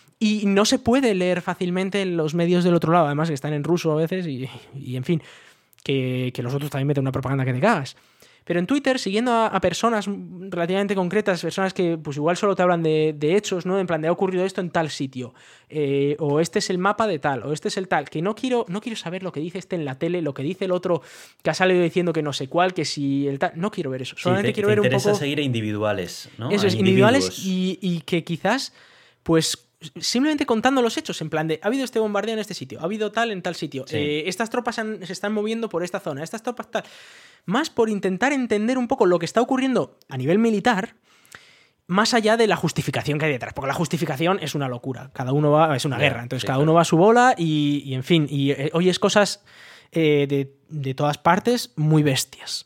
Y no se puede leer fácilmente en los medios del otro lado, además que están en ruso a veces y, y en fin, que, que los otros también meten una propaganda que te cagas. Pero en Twitter, siguiendo a, a personas relativamente concretas, personas que pues igual solo te hablan de, de hechos, ¿no? En plan de ha ocurrido esto en tal sitio, eh, o este es el mapa de tal, o este es el tal, que no quiero, no quiero saber lo que dice este en la tele, lo que dice el otro que ha salido diciendo que no sé cuál, que si el tal, no quiero ver eso, solamente Sí, te, quiero te ver un interesa poco... seguir a individuales, ¿no? Eso A es, individuales individuos. y, y que quizás, pues... simplemente contando los hechos, en plan de ha habido este bombardeo en este sitio, ha habido tal en tal sitio, Sí. eh, estas tropas han- se están moviendo por esta zona, estas tropas tal, más por intentar entender un poco lo que está ocurriendo a nivel militar, más allá de la justificación que hay detrás, porque la justificación es una locura, cada uno va, es una Ya, guerra, entonces sí, cada claro. uno va a su bola y, y en fin, y eh, oyes cosas eh, de, de todas partes muy bestias.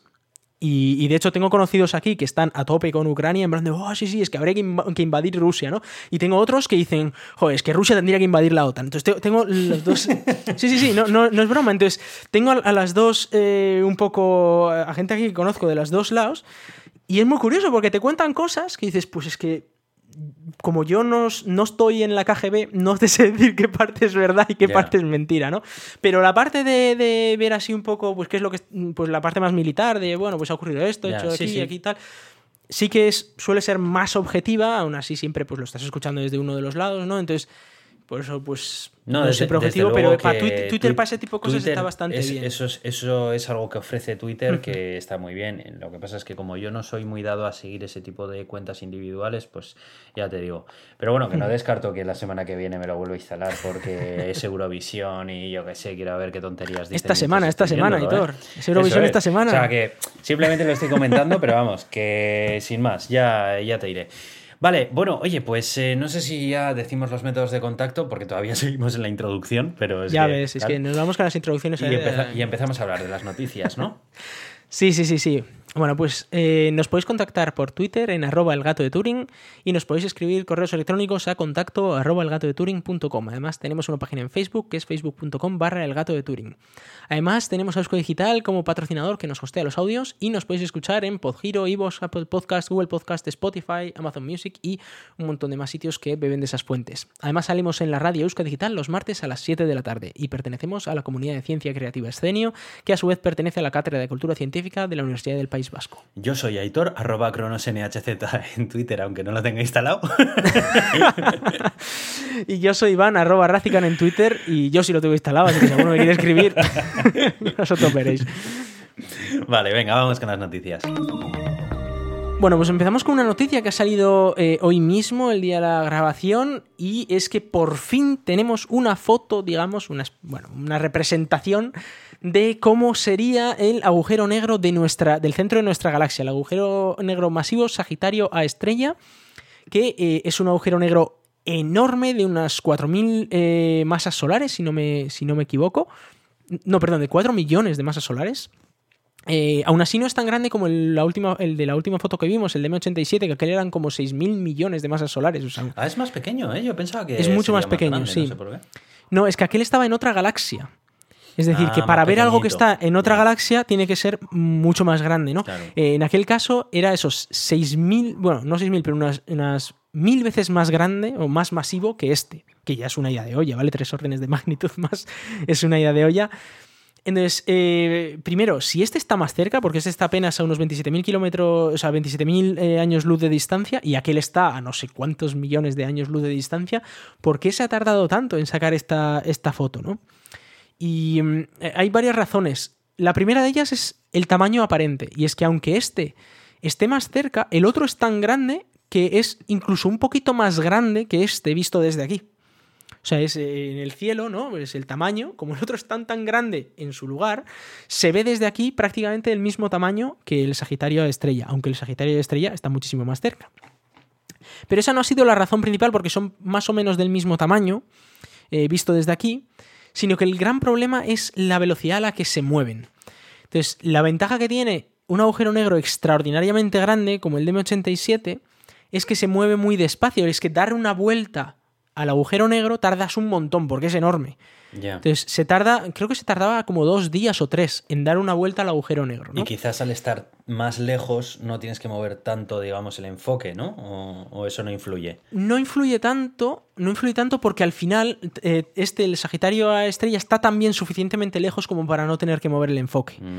Y, y de hecho tengo conocidos aquí que están a tope con Ucrania, en plan de, oh, sí, sí, es que habría que, inv- que invadir Rusia, ¿no? Y tengo otros que dicen, joder, es que Rusia tendría que invadir la OTAN. Entonces te- tengo los dos... Sí, sí, sí, no, no, no es broma. Entonces tengo a, a las dos, eh, un poco, a gente aquí que conozco de los dos lados, y es muy curioso porque te cuentan cosas que dices, pues es que como yo no, no estoy en la K G B, no te sé decir qué parte es verdad y qué Ya. parte es mentira, ¿no? Pero la parte de, de ver así un poco, pues qué es lo que, pues la parte más militar, de, bueno, pues ha ocurrido esto, Ya, hecho sí, aquí, sí. aquí y tal, sí que es, suele ser más objetiva, aún así siempre pues lo estás escuchando desde uno de los lados, ¿no? Entonces, por eso, pues, No, no, desde- siempre desde objetivo, luego pero para que Twitter, Twitter Twi- para ese tipo de cosas Twitter está bastante es- bien. Eso es, eso es algo que ofrece Twitter Ujú. que está muy bien. Lo que pasa es que como yo no soy muy dado a seguir ese tipo de cuentas individuales, pues ya te digo. Pero bueno, que no descarto que la semana que viene me lo vuelva a instalar porque es Eurovisión y yo qué sé, quiero ver qué tonterías dicen. Esta semana, mientras esta estoy semana, viéndolo, Hitor. ¿eh? Es Eurovisión Eso esta semana. O sea que simplemente lo estoy comentando, pero vamos, que sin más, ya, ya te diré. Vale, bueno, oye, pues eh, no sé si ya decimos los métodos de contacto, porque todavía seguimos en la introducción, pero es Ya que, ves, es tal. que nos vamos con las introducciones. Y, eh, empeza- y empezamos a hablar de las noticias, ¿no? Sí, sí, sí, sí. Bueno, pues eh, nos podéis contactar por Twitter en arroba el gato de Turing y nos podéis escribir correos electrónicos a contacto arroba elgatodeturing punto com. Además tenemos una página en Facebook que es facebook punto com barra el gato de Turing. Además tenemos a Eusko Digital como patrocinador que nos hostea los audios y nos podéis escuchar en Podhero, iVoox, Apple Podcast, Google Podcast, Spotify, Amazon Music y un montón de más sitios que beben de esas fuentes. Además salimos en la radio Eusko Digital los martes a las siete de la tarde y pertenecemos a la comunidad de Ciencia Creativa Escenio, que a su vez pertenece a la Cátedra de Cultura Científica de la Universidad del País Vasco. Yo soy Aitor, arroba cronosnhz en Twitter, aunque no lo tenga instalado. Y yo soy Iván, arroba Razican en Twitter, y yo sí lo tengo instalado, así que si alguno me quiere escribir, vosotros veréis. Vale, venga, vamos con las noticias. Bueno, pues empezamos con una noticia que ha salido eh, hoy mismo, el día de la grabación, y es que por fin tenemos una foto, digamos, una, bueno, una representación de cómo sería el agujero negro de nuestra, del centro de nuestra galaxia, el agujero negro masivo Sagitario A estrella, que eh, es un agujero negro enorme de unas cuatro mil eh, masas solares, si no me, si no me equivoco. No, perdón, de cuatro millones de masas solares. Eh, aún así no es tan grande como el, la última, el de la última foto que vimos, el de M ochenta y siete, que aquel eran como seis mil millones de masas solares. O sea, ah, es más pequeño, ¿eh? Yo pensaba que es mucho más más pequeño, grande, sí. No sé por qué. No, es que aquel estaba en otra galaxia. Es decir, ah, que para ver algo que está en otra ya. galaxia tiene que ser mucho más grande, ¿no? Claro. Eh, en aquel caso era esos seis mil, bueno, no seis mil, pero unas, unas mil veces más grande o más masivo que este, que ya es una ida de olla, ¿vale? Tres órdenes de magnitud más es una ida de olla. Entonces, eh, primero, si este está más cerca, porque este está apenas a unos veintisiete mil kilómetros, o sea, veintisiete mil eh, años luz de distancia, y aquel está a no sé cuántos millones de años luz de distancia, ¿por qué se ha tardado tanto en sacar esta, esta foto, ¿no? Y eh, hay varias razones. La primera de ellas es el tamaño aparente, y es que aunque este esté más cerca, el otro es tan grande que es incluso un poquito más grande que este visto desde aquí. O sea, es en el cielo, ¿no? Es el tamaño, como el otro es tan tan grande en su lugar, se ve desde aquí prácticamente el mismo tamaño que el Sagitario A estrella, aunque el Sagitario A estrella está muchísimo más cerca. Pero esa no ha sido la razón principal, porque son más o menos del mismo tamaño, eh, visto desde aquí, sino que el gran problema es la velocidad a la que se mueven. Entonces, la ventaja que tiene un agujero negro extraordinariamente grande, como el de M ochenta y siete, es que se mueve muy despacio, es que dar una vuelta al agujero negro tardas un montón, porque es enorme. Yeah. Entonces, se tarda, creo que se tardaba como dos días o tres en dar una vuelta al agujero negro, ¿no? Y quizás al estar más lejos no tienes que mover tanto, digamos, el enfoque, ¿no? O, o eso no influye. No influye tanto, no influye tanto porque al final eh, este, el Sagitario A estrella está también suficientemente lejos como para no tener que mover el enfoque. Mm.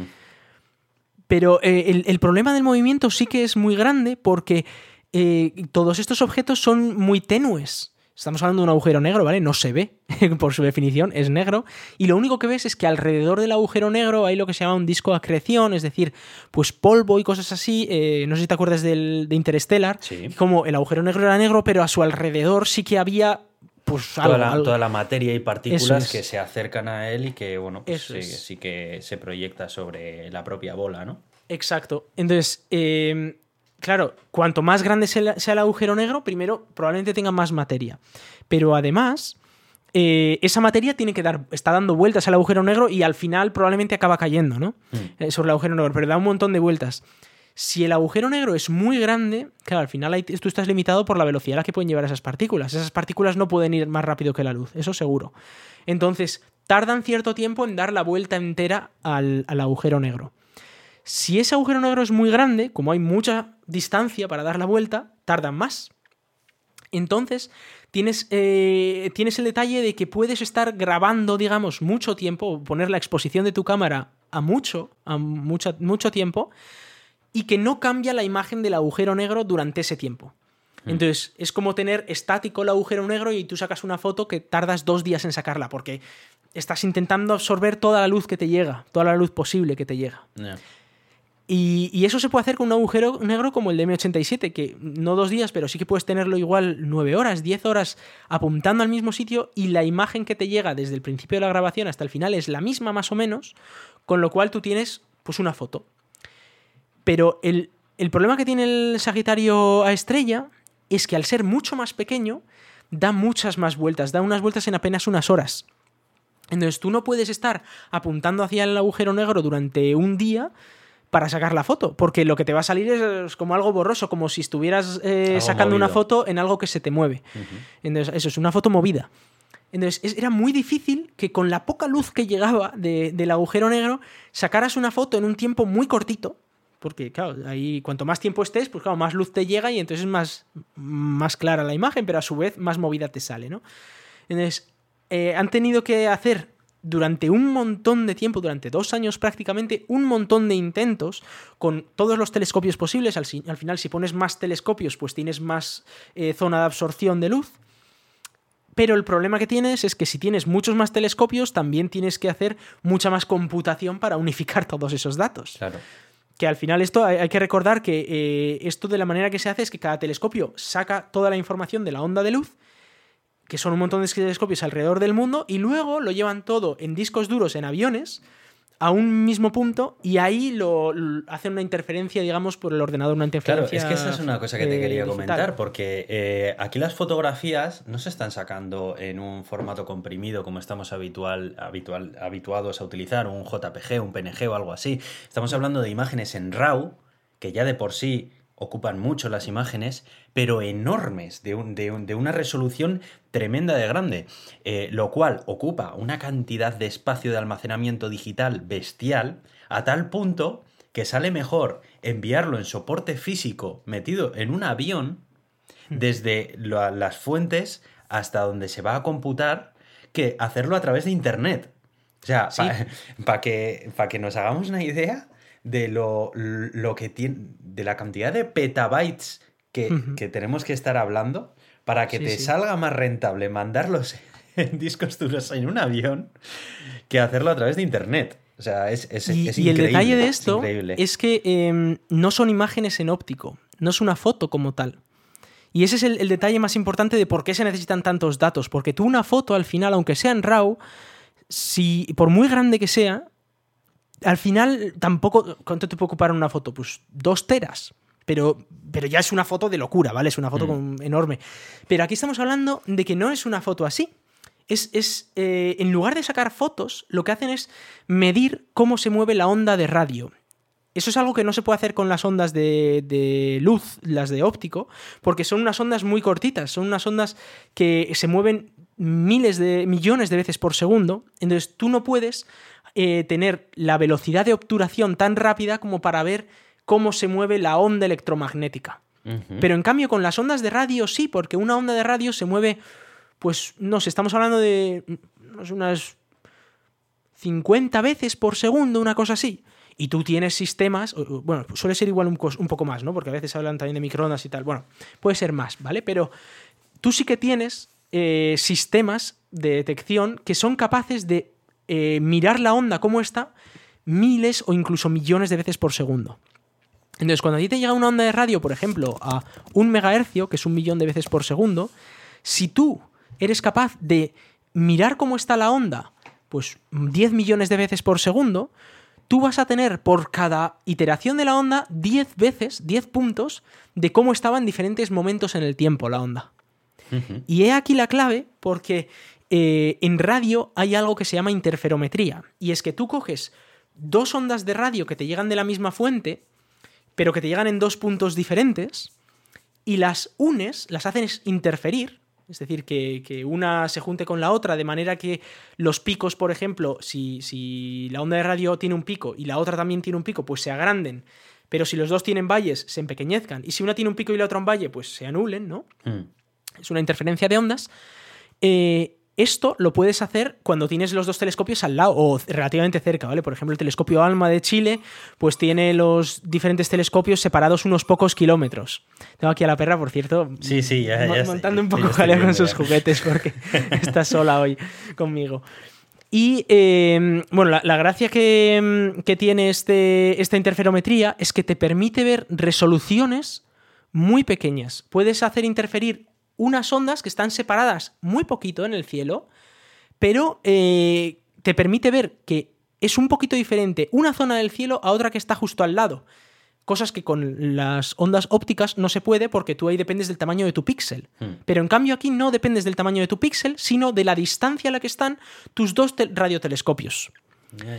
Pero eh, el, el problema del movimiento sí que es muy grande porque eh, todos estos objetos son muy tenues. Estamos hablando de un agujero negro, ¿vale? No se ve, por su definición, es negro. Y lo único que ves es que alrededor del agujero negro hay lo que se llama un disco de acreción, es decir, pues polvo y cosas así. Eh, no sé si te acuerdas del, de Interstellar. Sí. Como el agujero negro era negro, pero a su alrededor sí que había pues toda, algo, la, algo. toda la materia y partículas es. que se acercan a él y que, bueno, pues sí, es. sí que se proyecta sobre la propia bola, ¿no? Exacto. Entonces, eh, claro, cuanto más grande sea el agujero negro, primero probablemente tenga más materia. Pero además, eh, esa materia tiene que dar, está dando vueltas al agujero negro y al final probablemente acaba cayendo, ¿no? Mm. Eh, sobre el agujero negro, pero da un montón de vueltas. Si el agujero negro es muy grande, claro, al final hay, tú estás limitado por la velocidad a la que pueden llevar esas partículas. Esas partículas no pueden ir más rápido que la luz, eso seguro. Entonces, tardan cierto tiempo en dar la vuelta entera al, al agujero negro. Si ese agujero negro es muy grande, como hay mucha distancia para dar la vuelta, tardan más. Entonces, tienes, eh, tienes el detalle de que puedes estar grabando, digamos, mucho tiempo, poner la exposición de tu cámara a mucho, a mucho, mucho tiempo, y que no cambia la imagen del agujero negro durante ese tiempo. Entonces, es como tener estático el agujero negro y tú sacas una foto que tardas dos días en sacarla, porque estás intentando absorber toda la luz que te llega, toda la luz posible que te llega. Yeah. Y, y eso se puede hacer con un agujero negro como el de M ochenta y siete, que no dos días, pero sí que puedes tenerlo igual nueve horas, diez horas apuntando al mismo sitio y la imagen que te llega desde el principio de la grabación hasta el final es la misma más o menos, con lo cual tú tienes pues una foto. Pero el, el problema que tiene el Sagitario A estrella es que al ser mucho más pequeño da muchas más vueltas, da unas vueltas en apenas unas horas. Entonces tú no puedes estar apuntando hacia el agujero negro durante un día para sacar la foto, porque lo que te va a salir es como algo borroso, como si estuvieras eh, sacando movido. Una foto en algo que se te mueve. Uh-huh. Entonces, eso es una foto movida. Entonces, es, era muy difícil que con la poca luz que llegaba de, del agujero negro sacaras una foto en un tiempo muy cortito, porque, claro, ahí cuanto más tiempo estés, pues claro, más luz te llega y entonces es más, más clara la imagen, pero a su vez más movida te sale, ¿no? Entonces, eh, han tenido que hacer durante un montón de tiempo, durante dos años prácticamente, un montón de intentos con todos los telescopios posibles. Al, al final, si pones más telescopios, pues tienes más eh, zona de absorción de luz. Pero el problema que tienes es que si tienes muchos más telescopios, también tienes que hacer mucha más computación para unificar todos esos datos. Claro. Que al final esto hay, hay que recordar que eh, esto de la manera que se hace es que cada telescopio saca toda la información de la onda de luz, que son un montón de telescopios alrededor del mundo, y luego lo llevan todo en discos duros, en aviones, a un mismo punto, y ahí lo, lo hacen una interferencia, digamos, por el ordenador, una interferencia. Claro, es que esa es una cosa que te quería eh, comentar, porque eh, aquí las fotografías no se están sacando en un formato comprimido como estamos habitual, habitual, habituados a utilizar, un J P G, un P N G o algo así. Estamos hablando de imágenes en RAW, que ya de por sí ocupan mucho las imágenes, pero enormes, de, un, de, un, de una resolución tremenda de grande, eh, lo cual ocupa una cantidad de espacio de almacenamiento digital bestial, a tal punto que sale mejor enviarlo en soporte físico metido en un avión, desde lo, las fuentes hasta donde se va a computar, que hacerlo a través de internet. O sea, sí. para pa que, pa que nos hagamos una idea de lo, lo que tiene, de la cantidad de petabytes que, uh-huh. que tenemos que estar hablando para que sí, te sí. salga más rentable mandarlos en discos duros en un avión que hacerlo a través de internet. O sea, es, es, y, es y increíble. Y el detalle de esto es, es que eh, no son imágenes en óptico, no es una foto como tal. Y ese es el, el detalle más importante de por qué se necesitan tantos datos. Porque tú una foto, al final, aunque sea en RAW, si, por muy grande que sea, al final tampoco... ¿Cuánto te puede ocupar una foto? Pues dos teras. Pero, pero ya es una foto de locura, ¿vale? Es una foto mm. con, enorme. Pero aquí estamos hablando de que no es una foto así. Es, es eh, en lugar de sacar fotos, lo que hacen es medir cómo se mueve la onda de radio. Eso es algo que no se puede hacer con las ondas de, de luz, las de óptico, porque son unas ondas muy cortitas, son unas ondas que se mueven miles de millones de veces por segundo. Entonces tú no puedes eh, tener la velocidad de obturación tan rápida como para ver cómo se mueve la onda electromagnética. Uh-huh. Pero en cambio con las ondas de radio sí, porque una onda de radio se mueve, pues no sé, estamos hablando de unas cincuenta veces por segundo, una cosa así. Y tú tienes sistemas, bueno, suele ser igual un, un poco más, ¿no? Porque a veces hablan también de microondas y tal. Bueno, puede ser más, ¿vale? Pero tú sí que tienes eh, sistemas de detección que son capaces de eh, mirar la onda cómo está miles o incluso millones de veces por segundo. Entonces, cuando a ti te llega una onda de radio, por ejemplo, a un megahercio, que es un millón de veces por segundo, si tú eres capaz de mirar cómo está la onda, pues diez millones de veces por segundo, tú vas a tener por cada iteración de la onda diez veces, diez puntos de cómo estaba en diferentes momentos en el tiempo la onda. Uh-huh. Y he aquí la clave porque eh, en radio hay algo que se llama interferometría. Y es que tú coges dos ondas de radio que te llegan de la misma fuente, pero que te llegan en dos puntos diferentes, y las unes, las haces interferir. Es decir, que, que una se junte con la otra de manera que los picos, por ejemplo, si, si la onda de radio tiene un pico y la otra también tiene un pico, pues se agranden. Pero si los dos tienen valles, se empequeñezcan. Y si una tiene un pico y la otra un valle, pues se anulen, ¿no? Mm. Es una interferencia de ondas. Eh, esto lo puedes hacer cuando tienes los dos telescopios al lado o relativamente cerca, ¿vale? Por ejemplo, el telescopio ALMA de Chile pues tiene los diferentes telescopios separados unos pocos kilómetros. Tengo aquí a la perra, por cierto, sí, sí, ya, ya montando estoy, un poco jaleo con sus juguetes porque está sola hoy conmigo. Y eh, bueno, la, la gracia que, que tiene este, esta interferometría es que te permite ver resoluciones muy pequeñas. Puedes hacer interferir unas ondas que están separadas muy poquito en el cielo, pero eh, te permite ver que es un poquito diferente una zona del cielo a otra que está justo al lado. Cosas que con las ondas ópticas no se puede porque tú ahí dependes del tamaño de tu píxel. Hmm. Pero en cambio aquí no dependes del tamaño de tu píxel, sino de la distancia a la que están tus dos te- radiotelescopios. Yeah, yeah.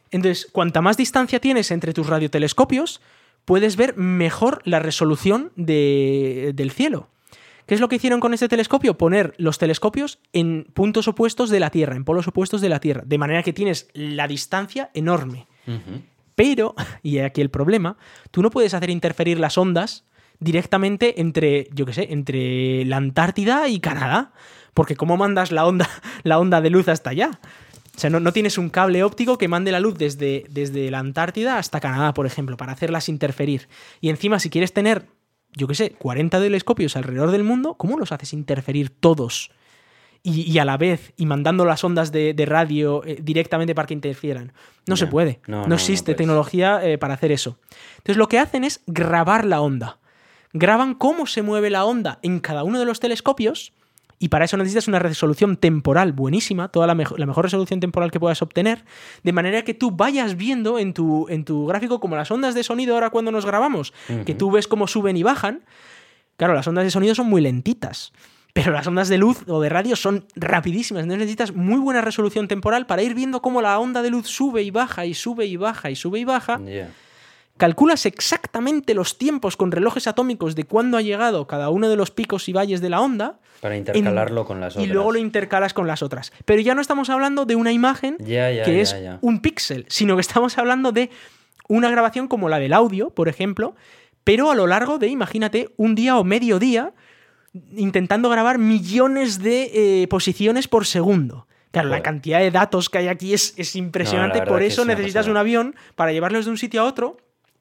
Entonces, cuanta más distancia tienes entre tus radiotelescopios, puedes ver mejor la resolución de, del cielo. ¿Qué es lo que hicieron con este telescopio? Poner los telescopios en puntos opuestos de la Tierra, en polos opuestos de la Tierra, de manera que tienes la distancia enorme. Uh-huh. Pero, y aquí el problema, tú no puedes hacer interferir las ondas directamente entre, yo qué sé, entre la Antártida y Canadá, porque ¿cómo mandas la onda, la onda de luz hasta allá? O sea, no, no tienes un cable óptico que mande la luz desde, desde la Antártida hasta Canadá, por ejemplo, para hacerlas interferir. Y encima, si quieres tener, yo qué sé, cuarenta telescopios alrededor del mundo, ¿cómo los haces interferir todos? Y, y a la vez, y mandando las ondas de, de radio eh, directamente para que interfieran. No, no se puede. No, no, no existe no tecnología eh, para hacer eso. Entonces, lo que hacen es grabar la onda. Graban cómo se mueve la onda en cada uno de los telescopios. Y para eso necesitas una resolución temporal buenísima, toda la, mejor, la mejor resolución temporal que puedas obtener, de manera que tú vayas viendo en tu, en tu gráfico como las ondas de sonido ahora cuando nos grabamos, uh-huh. que tú ves cómo suben y bajan. Claro, las ondas de sonido son muy lentitas, pero las ondas de luz o de radio son rapidísimas. Entonces necesitas muy buena resolución temporal para ir viendo cómo la onda de luz sube y baja y sube y baja y sube y baja. Yeah. Calculas exactamente los tiempos con relojes atómicos de cuándo ha llegado cada uno de los picos y valles de la onda. Para intercalarlo en, con las otras. Y luego lo intercalas con las otras. Pero ya no estamos hablando de una imagen ya, ya, que ya, es ya. un píxel, sino que estamos hablando de una grabación como la del audio, por ejemplo, pero a lo largo de, imagínate, un día o medio día, intentando grabar millones de eh, posiciones por segundo. Claro, Joder. La cantidad de datos que hay aquí es, es impresionante. No, por eso necesitas un avión para llevarlos de un sitio a otro.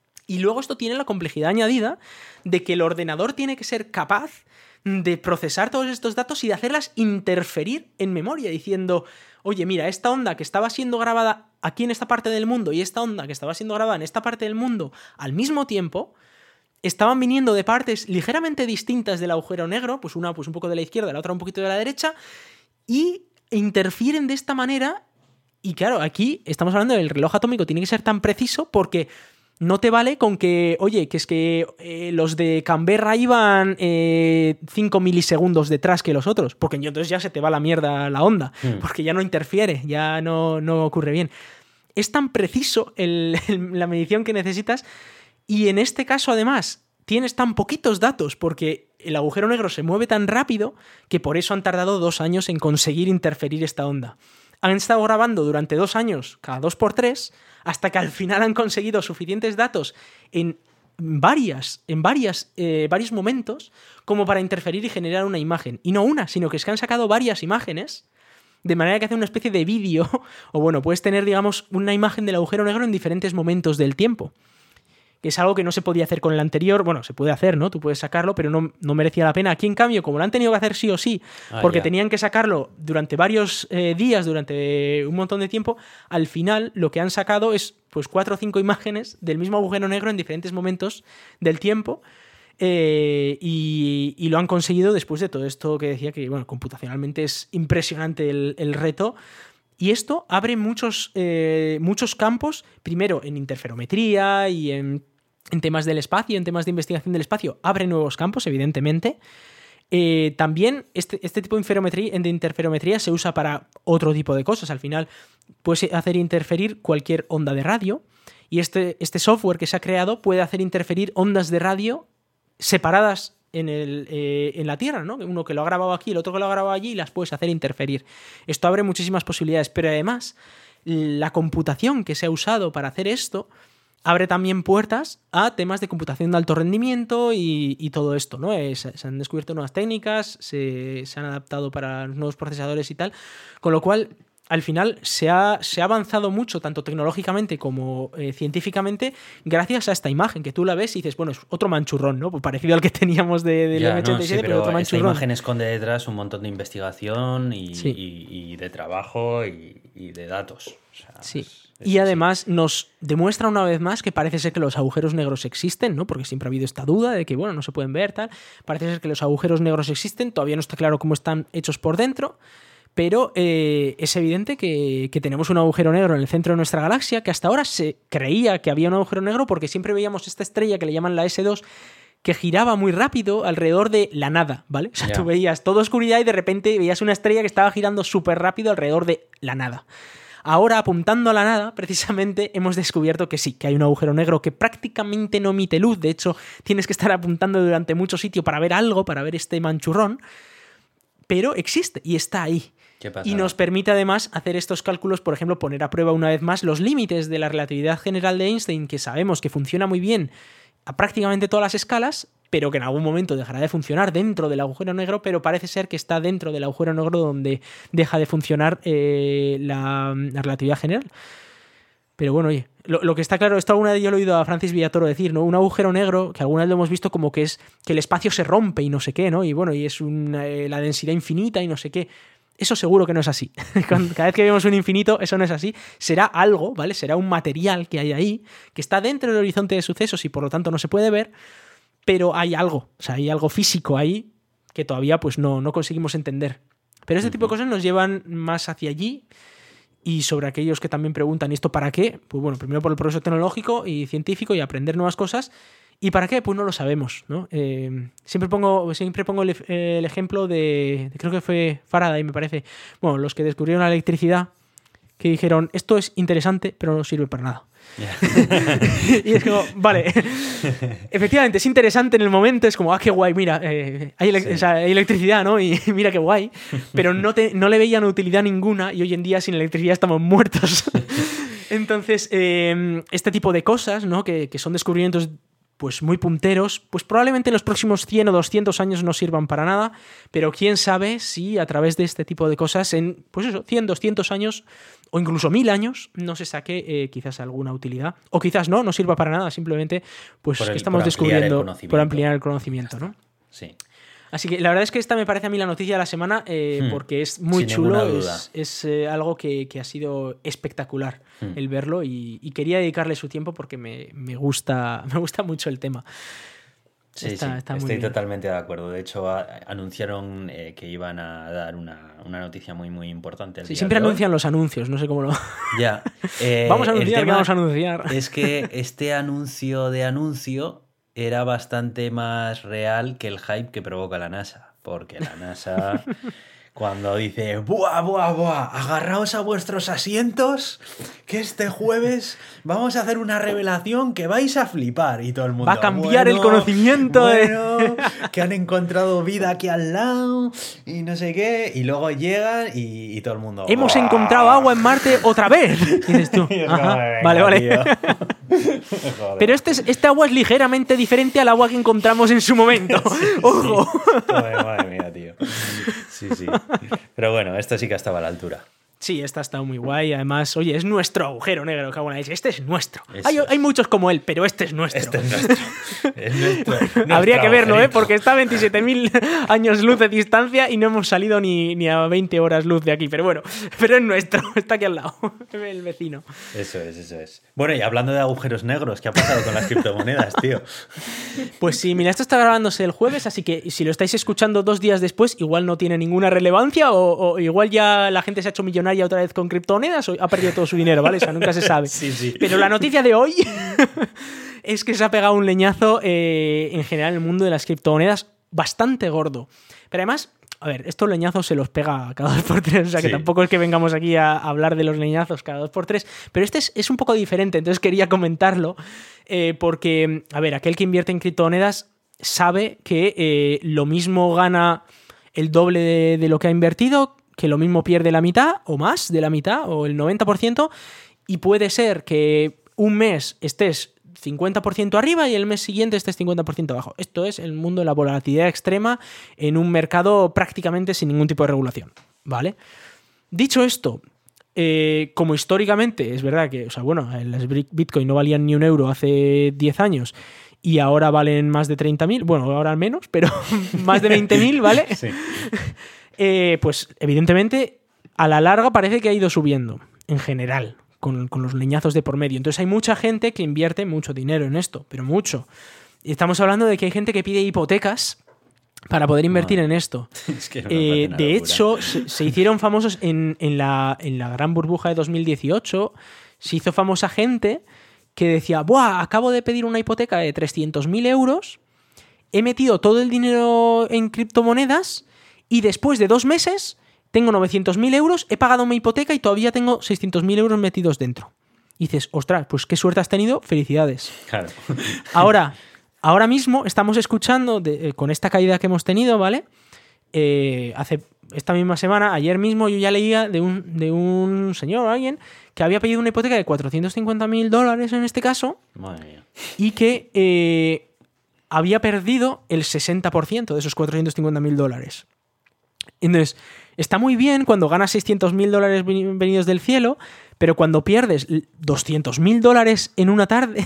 Y luego esto tiene la complejidad añadida de que el ordenador tiene que ser capaz de procesar todos estos datos y de hacerlas interferir en memoria, diciendo, oye, mira, esta onda que estaba siendo grabada aquí en esta parte del mundo y esta onda que estaba siendo grabada en esta parte del mundo al mismo tiempo, estaban viniendo de partes ligeramente distintas del agujero negro, pues una pues un poco de la izquierda, la otra un poquito de la derecha, y interfieren de esta manera. Y claro, aquí estamos hablando del reloj atómico, tiene que ser tan preciso porque no te vale con que, oye, que es que eh, los de Canberra iban cinco eh, milisegundos detrás que los otros, porque entonces ya se te va la mierda la onda, mm. porque ya no interfiere, ya no, no ocurre bien. Es tan preciso el, el, la medición que necesitas, y en este caso además tienes tan poquitos datos porque el agujero negro se mueve tan rápido que por eso han tardado dos años en conseguir interferir esta onda. Han estado grabando durante dos años, cada dos por tres, hasta que al final han conseguido suficientes datos en varias, en varias, eh, varios momentos como para interferir y generar una imagen. Y no una, sino que es que han sacado varias imágenes, de manera que hacen una especie de vídeo, o bueno, puedes tener, digamos, una imagen del agujero negro en diferentes momentos del tiempo. Que es algo que no se podía hacer con el anterior. Bueno, se puede hacer, ¿no? Tú puedes sacarlo, pero no, no merecía la pena. Aquí, en cambio, como lo han tenido que hacer sí o sí, ah, porque ya. tenían que sacarlo durante varios eh, días, durante un montón de tiempo, al final lo que han sacado es pues cuatro o cinco imágenes del mismo agujero negro en diferentes momentos del tiempo, eh, y, y lo han conseguido después de todo esto que decía que, bueno, computacionalmente es impresionante el, el reto. Y esto abre muchos, eh, muchos campos, primero en interferometría y en, en temas del espacio, en temas de investigación del espacio, abre nuevos campos, evidentemente. Eh, también este, este tipo de interferometría, de interferometría se usa para otro tipo de cosas. Al final puedes hacer interferir cualquier onda de radio, y este, este software que se ha creado puede hacer interferir ondas de radio separadas en, el, eh, en la Tierra, ¿no? Uno que lo ha grabado aquí, el otro que lo ha grabado allí, y las puedes hacer interferir. Esto abre muchísimas posibilidades, pero además la computación que se ha usado para hacer esto abre también puertas a temas de computación de alto rendimiento y, y todo esto, ¿no? Eh, se, se han descubierto nuevas técnicas, se, se han adaptado para nuevos procesadores y tal, con lo cual al final se ha, se ha avanzado mucho, tanto tecnológicamente como eh, científicamente, gracias a esta imagen, que tú la ves y dices, bueno, es otro manchurrón, ¿no? Pues parecido al que teníamos de, del eme ochenta y siete, no, sí, pero, pero otro manchurrón. Esta imagen esconde detrás un montón de investigación y, sí. y, y de trabajo y, y de datos. O sea, sí. Es, es y además así. Nos demuestra una vez más que parece ser que los agujeros negros existen, ¿no? Porque siempre ha habido esta duda de que, bueno, no se pueden ver, tal. Parece ser que los agujeros negros existen, todavía no está claro cómo están hechos por dentro. Pero eh, es evidente que, que tenemos un agujero negro en el centro de nuestra galaxia, que hasta ahora se creía que había un agujero negro porque siempre veíamos esta estrella que le llaman la ese dos, que giraba muy rápido alrededor de la nada, ¿vale? O sea, yeah. tú veías toda oscuridad y de repente veías una estrella que estaba girando súper rápido alrededor de la nada. Ahora, apuntando a la nada, precisamente hemos descubierto que sí, que hay un agujero negro que prácticamente no emite luz. De hecho, tienes que estar apuntando durante mucho sitio para ver algo, para ver este manchurrón. Pero existe y está ahí. Y nos permite además hacer estos cálculos, por ejemplo, poner a prueba una vez más los límites de la relatividad general de Einstein, que sabemos que funciona muy bien a prácticamente todas las escalas, pero que en algún momento dejará de funcionar dentro del agujero negro, pero parece ser que está dentro del agujero negro donde deja de funcionar eh, la, la relatividad general. Pero bueno, oye, lo, lo que está claro, esto alguna vez yo lo he oído a Francis Villatoro decir, ¿no? Un agujero negro, que alguna vez lo hemos visto como que es que el espacio se rompe y no sé qué, ¿no? Y bueno, y es una, eh, la densidad infinita y no sé qué. Eso seguro que no es así. Cada vez que vemos un infinito, eso no es así. Será algo, ¿vale? Será un material que hay ahí, que está dentro del horizonte de sucesos y por lo tanto no se puede ver, pero hay algo, o sea, hay algo físico ahí que todavía pues no, no conseguimos entender. Pero este uh-huh. tipo de cosas nos llevan más hacia allí. Y sobre aquellos que también preguntan, ¿y esto para qué? Pues bueno, primero por el progreso tecnológico y científico y aprender nuevas cosas. ¿Y para qué? Pues no lo sabemos, ¿no? Eh, siempre pongo, siempre pongo el, el ejemplo de, de, creo que fue Faraday, me parece. Bueno, los que descubrieron la electricidad, que dijeron, esto es interesante, pero no sirve para nada. Yeah. Y es como, vale, efectivamente es interesante en el momento, es como, ah, qué guay, mira, eh, hay, ele- sí. o sea, hay electricidad, ¿no? Y mira qué guay, pero no, te, no le veían utilidad ninguna y hoy en día sin electricidad estamos muertos. Entonces, eh, este tipo de cosas, ¿no? Que, que son descubrimientos pues muy punteros, pues probablemente en los próximos cien o doscientos años no sirvan para nada, pero quién sabe si a través de este tipo de cosas en, pues eso, cien, doscientos años o incluso mil años no se saque eh, quizás alguna utilidad, o quizás no, no sirva para nada, simplemente pues el, que estamos por descubriendo por ampliar el conocimiento, ¿no? Sí. Así que la verdad es que esta me parece a mí la noticia de la semana eh, hmm. porque es muy Sin chulo, es, es eh, algo que, que ha sido espectacular hmm. el verlo y, y quería dedicarle su tiempo porque me, me, gusta, me gusta mucho el tema. Sí, está, sí, está muy estoy bien. Totalmente de acuerdo. De hecho, a, anunciaron eh, que iban a dar una, una noticia muy, muy importante. Sí, siempre anuncian los anuncios, no sé cómo lo... Ya. Eh, vamos a anunciar que vamos a anunciar. Es que este anuncio de anuncio era bastante más real que el hype que provoca la NASA. Porque la NASA, cuando dice, ¡buah, buah, buah! Agarraos a vuestros asientos, que este jueves vamos a hacer una revelación que vais a flipar. Y todo el mundo, va a cambiar bueno, el conocimiento. Bueno, eh. que han encontrado vida aquí al lado y no sé qué. Y luego llegan y, y todo el mundo, hemos ¡buah! encontrado agua en Marte otra vez. Y dices tú, ajá, venga, vale, vale. Pero este, es, este agua es ligeramente diferente al agua que encontramos en su momento. Sí, ¡ojo! Sí. Madre, madre mía, tío. Sí, sí. Pero bueno, esto sí que estaba a la altura. Sí, esta está muy guay. Además, oye, es nuestro agujero negro, cago en la leche. Este es nuestro. Hay, hay muchos como él, pero este es nuestro. Este es nuestro. Es nuestro, nuestro habría que verlo, agujerito. ¿eh? Porque está a veintisiete mil años luz de distancia y no hemos salido ni, ni a veinte horas luz de aquí. Pero bueno, pero es nuestro. Está aquí al lado. El vecino. Eso es, eso es. Bueno, y hablando de agujeros negros, ¿qué ha pasado con las criptomonedas, tío? Pues sí, mira, esto está grabándose el jueves, así que si lo estáis escuchando dos días después, igual no tiene ninguna relevancia o, o igual ya la gente se ha hecho millonaria otra vez con criptomonedas o ha perdido todo su dinero, ¿vale? O sea, nunca se sabe. Sí, sí. Pero la noticia de hoy es que se ha pegado un leñazo eh, en general en el mundo de las criptomonedas bastante gordo. Pero además, a ver, estos leñazos se los pega cada dos por tres, o sea que sí. Tampoco es que vengamos aquí a hablar de los leñazos cada dos por tres, pero este es, es un poco diferente, entonces quería comentarlo eh, porque, a ver, aquel que invierte en criptomonedas sabe que eh, lo mismo gana el doble de, de lo que ha invertido, que lo mismo pierde la mitad o más de la mitad o el noventa por ciento, y puede ser que un mes estés cincuenta por ciento arriba y el mes siguiente estés cincuenta por ciento abajo. Esto es el mundo de la volatilidad extrema en un mercado prácticamente sin ningún tipo de regulación, ¿vale? Dicho esto, eh, como históricamente es verdad que, o sea, bueno, las Bitcoin no valían ni un euro hace diez años y ahora valen más de treinta mil, bueno, ahora menos, pero más de veinte mil, ¿vale? Sí. Eh, pues evidentemente a la larga parece que ha ido subiendo en general con, con los leñazos de por medio. Entonces hay mucha gente que invierte mucho dinero en esto, pero mucho. Y estamos hablando de que hay gente que pide hipotecas para poder invertir Madre. en esto. Es que eh, de hecho, se, se hicieron famosos en, en, la, en la gran burbuja de dos mil dieciocho, se hizo famosa gente que decía, ¡buah! Acabo de pedir una hipoteca de trescientos mil euros, he metido todo el dinero en criptomonedas y después de dos meses tengo novecientos mil euros, he pagado mi hipoteca y todavía tengo seiscientos mil euros metidos dentro. Y dices, ostras, pues qué suerte has tenido, felicidades. Claro. Ahora, ahora mismo estamos escuchando, de, eh, con esta caída que hemos tenido, ¿vale? Eh, hace esta misma semana, ayer mismo, yo ya leía de un, de un señor o alguien que había pedido una hipoteca de cuatrocientos cincuenta mil dólares en este caso. Madre mía. Y que eh, había perdido el sesenta por ciento de esos cuatrocientos cincuenta mil dólares. Entonces, está muy bien cuando ganas seiscientos mil dólares venidos del cielo, pero cuando pierdes doscientos mil dólares en una tarde,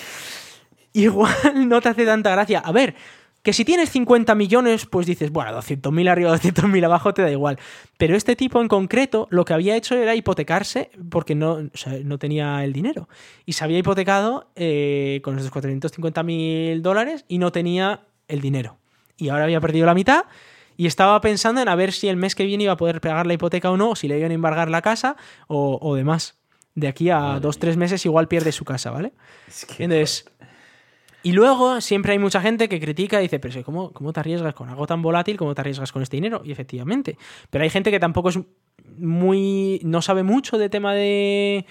igual no te hace tanta gracia. A ver, que si tienes cincuenta millones, pues dices, bueno, doscientos mil arriba, doscientos mil abajo, te da igual. Pero este tipo en concreto, lo que había hecho era hipotecarse porque no, o sea, no tenía el dinero. Y se había hipotecado eh, con esos cuatrocientos cincuenta mil dólares y no tenía el dinero. Y ahora había perdido la mitad. Y estaba pensando en a ver si el mes que viene iba a poder pagar la hipoteca o no, o si le iban a embargar la casa o, o demás. De aquí a Madre dos, mía. tres meses igual pierde su casa, ¿vale? Es que... Entonces, y luego siempre hay mucha gente que critica y dice, pero ¿cómo, ¿cómo te arriesgas con algo tan volátil? ¿Cómo te arriesgas con este dinero? Y efectivamente. Pero hay gente que tampoco es muy... no sabe mucho de tema de...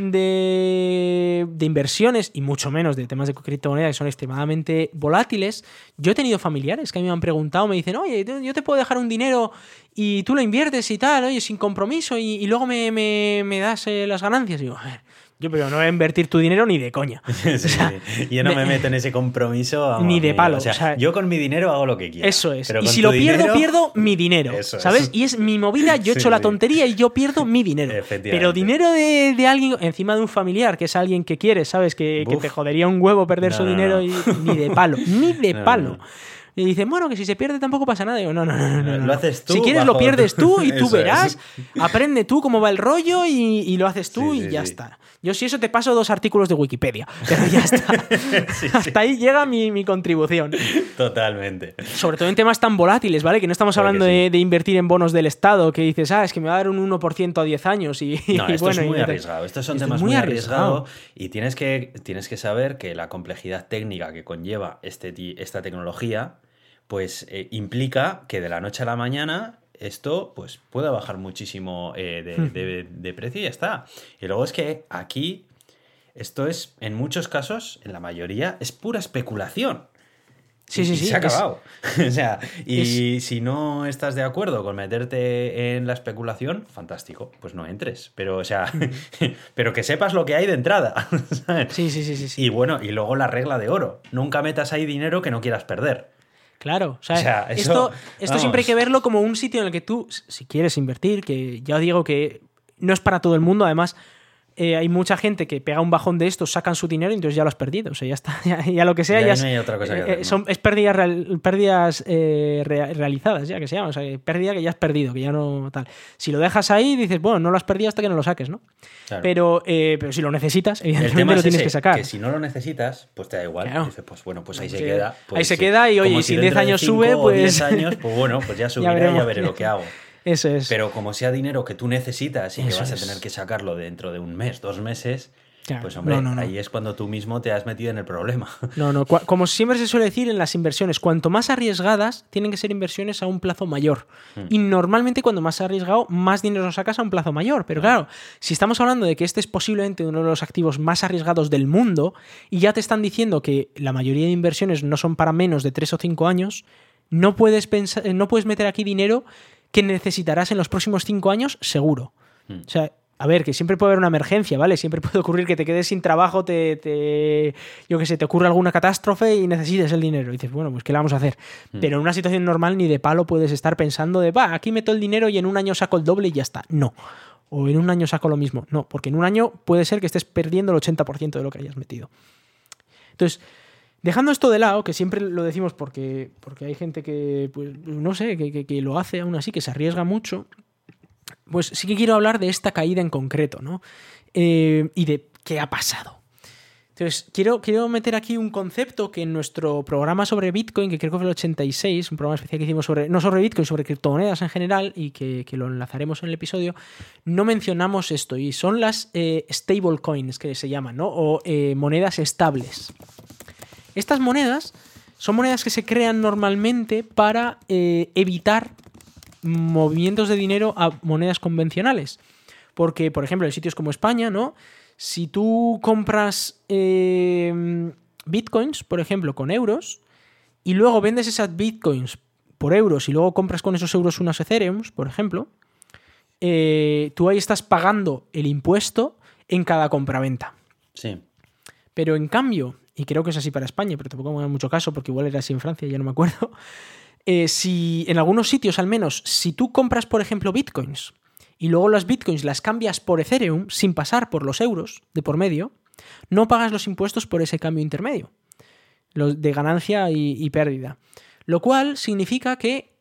De, de inversiones y mucho menos de temas de criptomonedas que son extremadamente volátiles. Yo he tenido familiares que a mí me han preguntado, me dicen, oye, yo te puedo dejar un dinero y tú lo inviertes y tal, oye, sin compromiso y, y luego me, me, me das eh, las ganancias. Y digo, a ver, yo pero no voy a invertir tu dinero ni de coña. Sí, o sea, yo no me, me meto en ese compromiso. Vamos, ni de palo. O sea, o sea, yo con mi dinero hago lo que quiera. Eso es. Pero y si lo pierdo, dinero, pierdo mi dinero. Eso ¿Sabes? Es. Y es mi movida, yo he sí, hecho la sí. tontería y yo pierdo mi dinero. Pero dinero de, de alguien, encima de un familiar, que es alguien que quieres, ¿sabes? Que, que te jodería un huevo perder no, su no, dinero no. Y ni de palo. Ni de no, palo. No, no. Y dicen, bueno, que si se pierde tampoco pasa nada. Y digo, no, no, no, no, no. Lo haces tú. Si quieres bajo... lo pierdes tú y tú eso verás. Es. Aprende tú cómo va el rollo y, y lo haces tú sí, y sí, ya sí. está. Yo si eso te paso dos artículos de Wikipedia. Pero ya está. sí, Hasta sí. ahí llega mi, mi contribución. Totalmente. Sobre todo en temas tan volátiles, ¿vale? Que no estamos hablando sí. de, de invertir en bonos del Estado, que dices, ah, es que me va a dar un uno por ciento a diez años. Y, no, y esto bueno, es muy y arriesgado. Estos son esto temas es muy muy arriesgado. arriesgados y tienes que, tienes que saber que la complejidad técnica que conlleva este, esta tecnología pues eh, implica que de la noche a la mañana esto pues pueda bajar muchísimo eh, de, de, de precio y ya está. Y luego es que aquí esto es, en muchos casos, en la mayoría, es pura especulación. Sí, sí, y sí. Se ha acabado. Es, o sea, y es... si no estás de acuerdo con meterte en la especulación, fantástico, pues no entres. Pero, o sea, pero que sepas lo que hay de entrada. ¿Sabes? Sí, sí, sí, sí, sí. Y bueno, y luego la regla de oro. Nunca metas ahí dinero que no quieras perder. Claro, o sea, o sea eso, esto, esto siempre hay que verlo como un sitio en el que tú, si quieres invertir, que ya os digo que no es para todo el mundo, además eh, hay mucha gente que pega un bajón de esto, sacan su dinero y entonces ya lo has perdido, o sea, ya está, ya, ya lo que sea, ya, ya no es, hay otra cosa que hacer, eh, son, es pérdidas, real, pérdidas eh, realizadas, ya que se llama, o sea, pérdida que ya has perdido, que ya no tal. Si lo dejas ahí, dices, bueno, no lo has perdido hasta que no lo saques, ¿no? Claro. Pero, eh, pero si lo necesitas, evidentemente lo tienes ese, que sacar. Que si no lo necesitas, pues te da igual. Claro. Dices, pues bueno, pues ahí sí. se queda. Pues, ahí se queda y oye, como si si diez años cinco sube, pues. diez años, pues bueno, pues ya subirá ya y ya veré lo que hago. Eso es. Pero como sea dinero que tú necesitas y Eso que vas es. a tener que sacarlo dentro de un mes, dos meses. Claro. Pues hombre, no, no, no. ahí es cuando tú mismo te has metido en el problema. No, no. Como siempre se suele decir en las inversiones, cuanto más arriesgadas, tienen que ser inversiones a un plazo mayor. Mm. Y normalmente cuando más arriesgado, más dinero sacas a un plazo mayor. Pero claro, si estamos hablando de que este es posiblemente uno de los activos más arriesgados del mundo y ya te están diciendo que la mayoría de inversiones no son para menos de tres o cinco años, no puedes, pensar, no puedes meter aquí dinero que necesitarás en los próximos cinco años seguro. Mm. O sea, a ver, que siempre puede haber una emergencia, ¿vale? Siempre puede ocurrir que te quedes sin trabajo, te, te yo qué sé, te ocurre alguna catástrofe y necesites el dinero. Y dices, bueno, pues ¿qué le vamos a hacer? Mm. Pero en una situación normal ni de palo puedes estar pensando de, va, aquí meto el dinero y en un año saco el doble y ya está. No. O en un año saco lo mismo. No, porque en un año puede ser que estés perdiendo el ochenta por ciento de lo que hayas metido. Entonces, dejando esto de lado, que siempre lo decimos porque, porque hay gente que, pues, no sé, que, que, que lo hace aún así, que se arriesga mucho, pues sí que quiero hablar de esta caída en concreto, ¿no? Eh, y de qué ha pasado. Entonces, quiero, quiero meter aquí un concepto que en nuestro programa sobre Bitcoin, que creo que fue el ochenta y seis, un programa especial que hicimos sobre, no sobre Bitcoin, sobre criptomonedas en general, y que, que lo enlazaremos en el episodio, no mencionamos esto, y son las eh, stablecoins, que se llaman, ¿no? O eh, monedas estables. Estas monedas son monedas que se crean normalmente para eh, evitar movimientos de dinero a monedas convencionales. Porque, por ejemplo, en sitios como España, ¿no? Si tú compras eh, bitcoins, por ejemplo, con euros, y luego vendes esas bitcoins por euros y luego compras con esos euros unas Ethereum, por ejemplo, eh, tú ahí estás pagando el impuesto en cada compraventa. Sí. Pero en cambio, y creo que es así para España, pero tampoco me da mucho caso porque igual era así en Francia, ya no me acuerdo, eh, si en algunos sitios al menos, si tú compras, por ejemplo, bitcoins y luego las bitcoins las cambias por Ethereum sin pasar por los euros de por medio, no pagas los impuestos por ese cambio intermedio, los de ganancia y, y pérdida. Lo cual significa que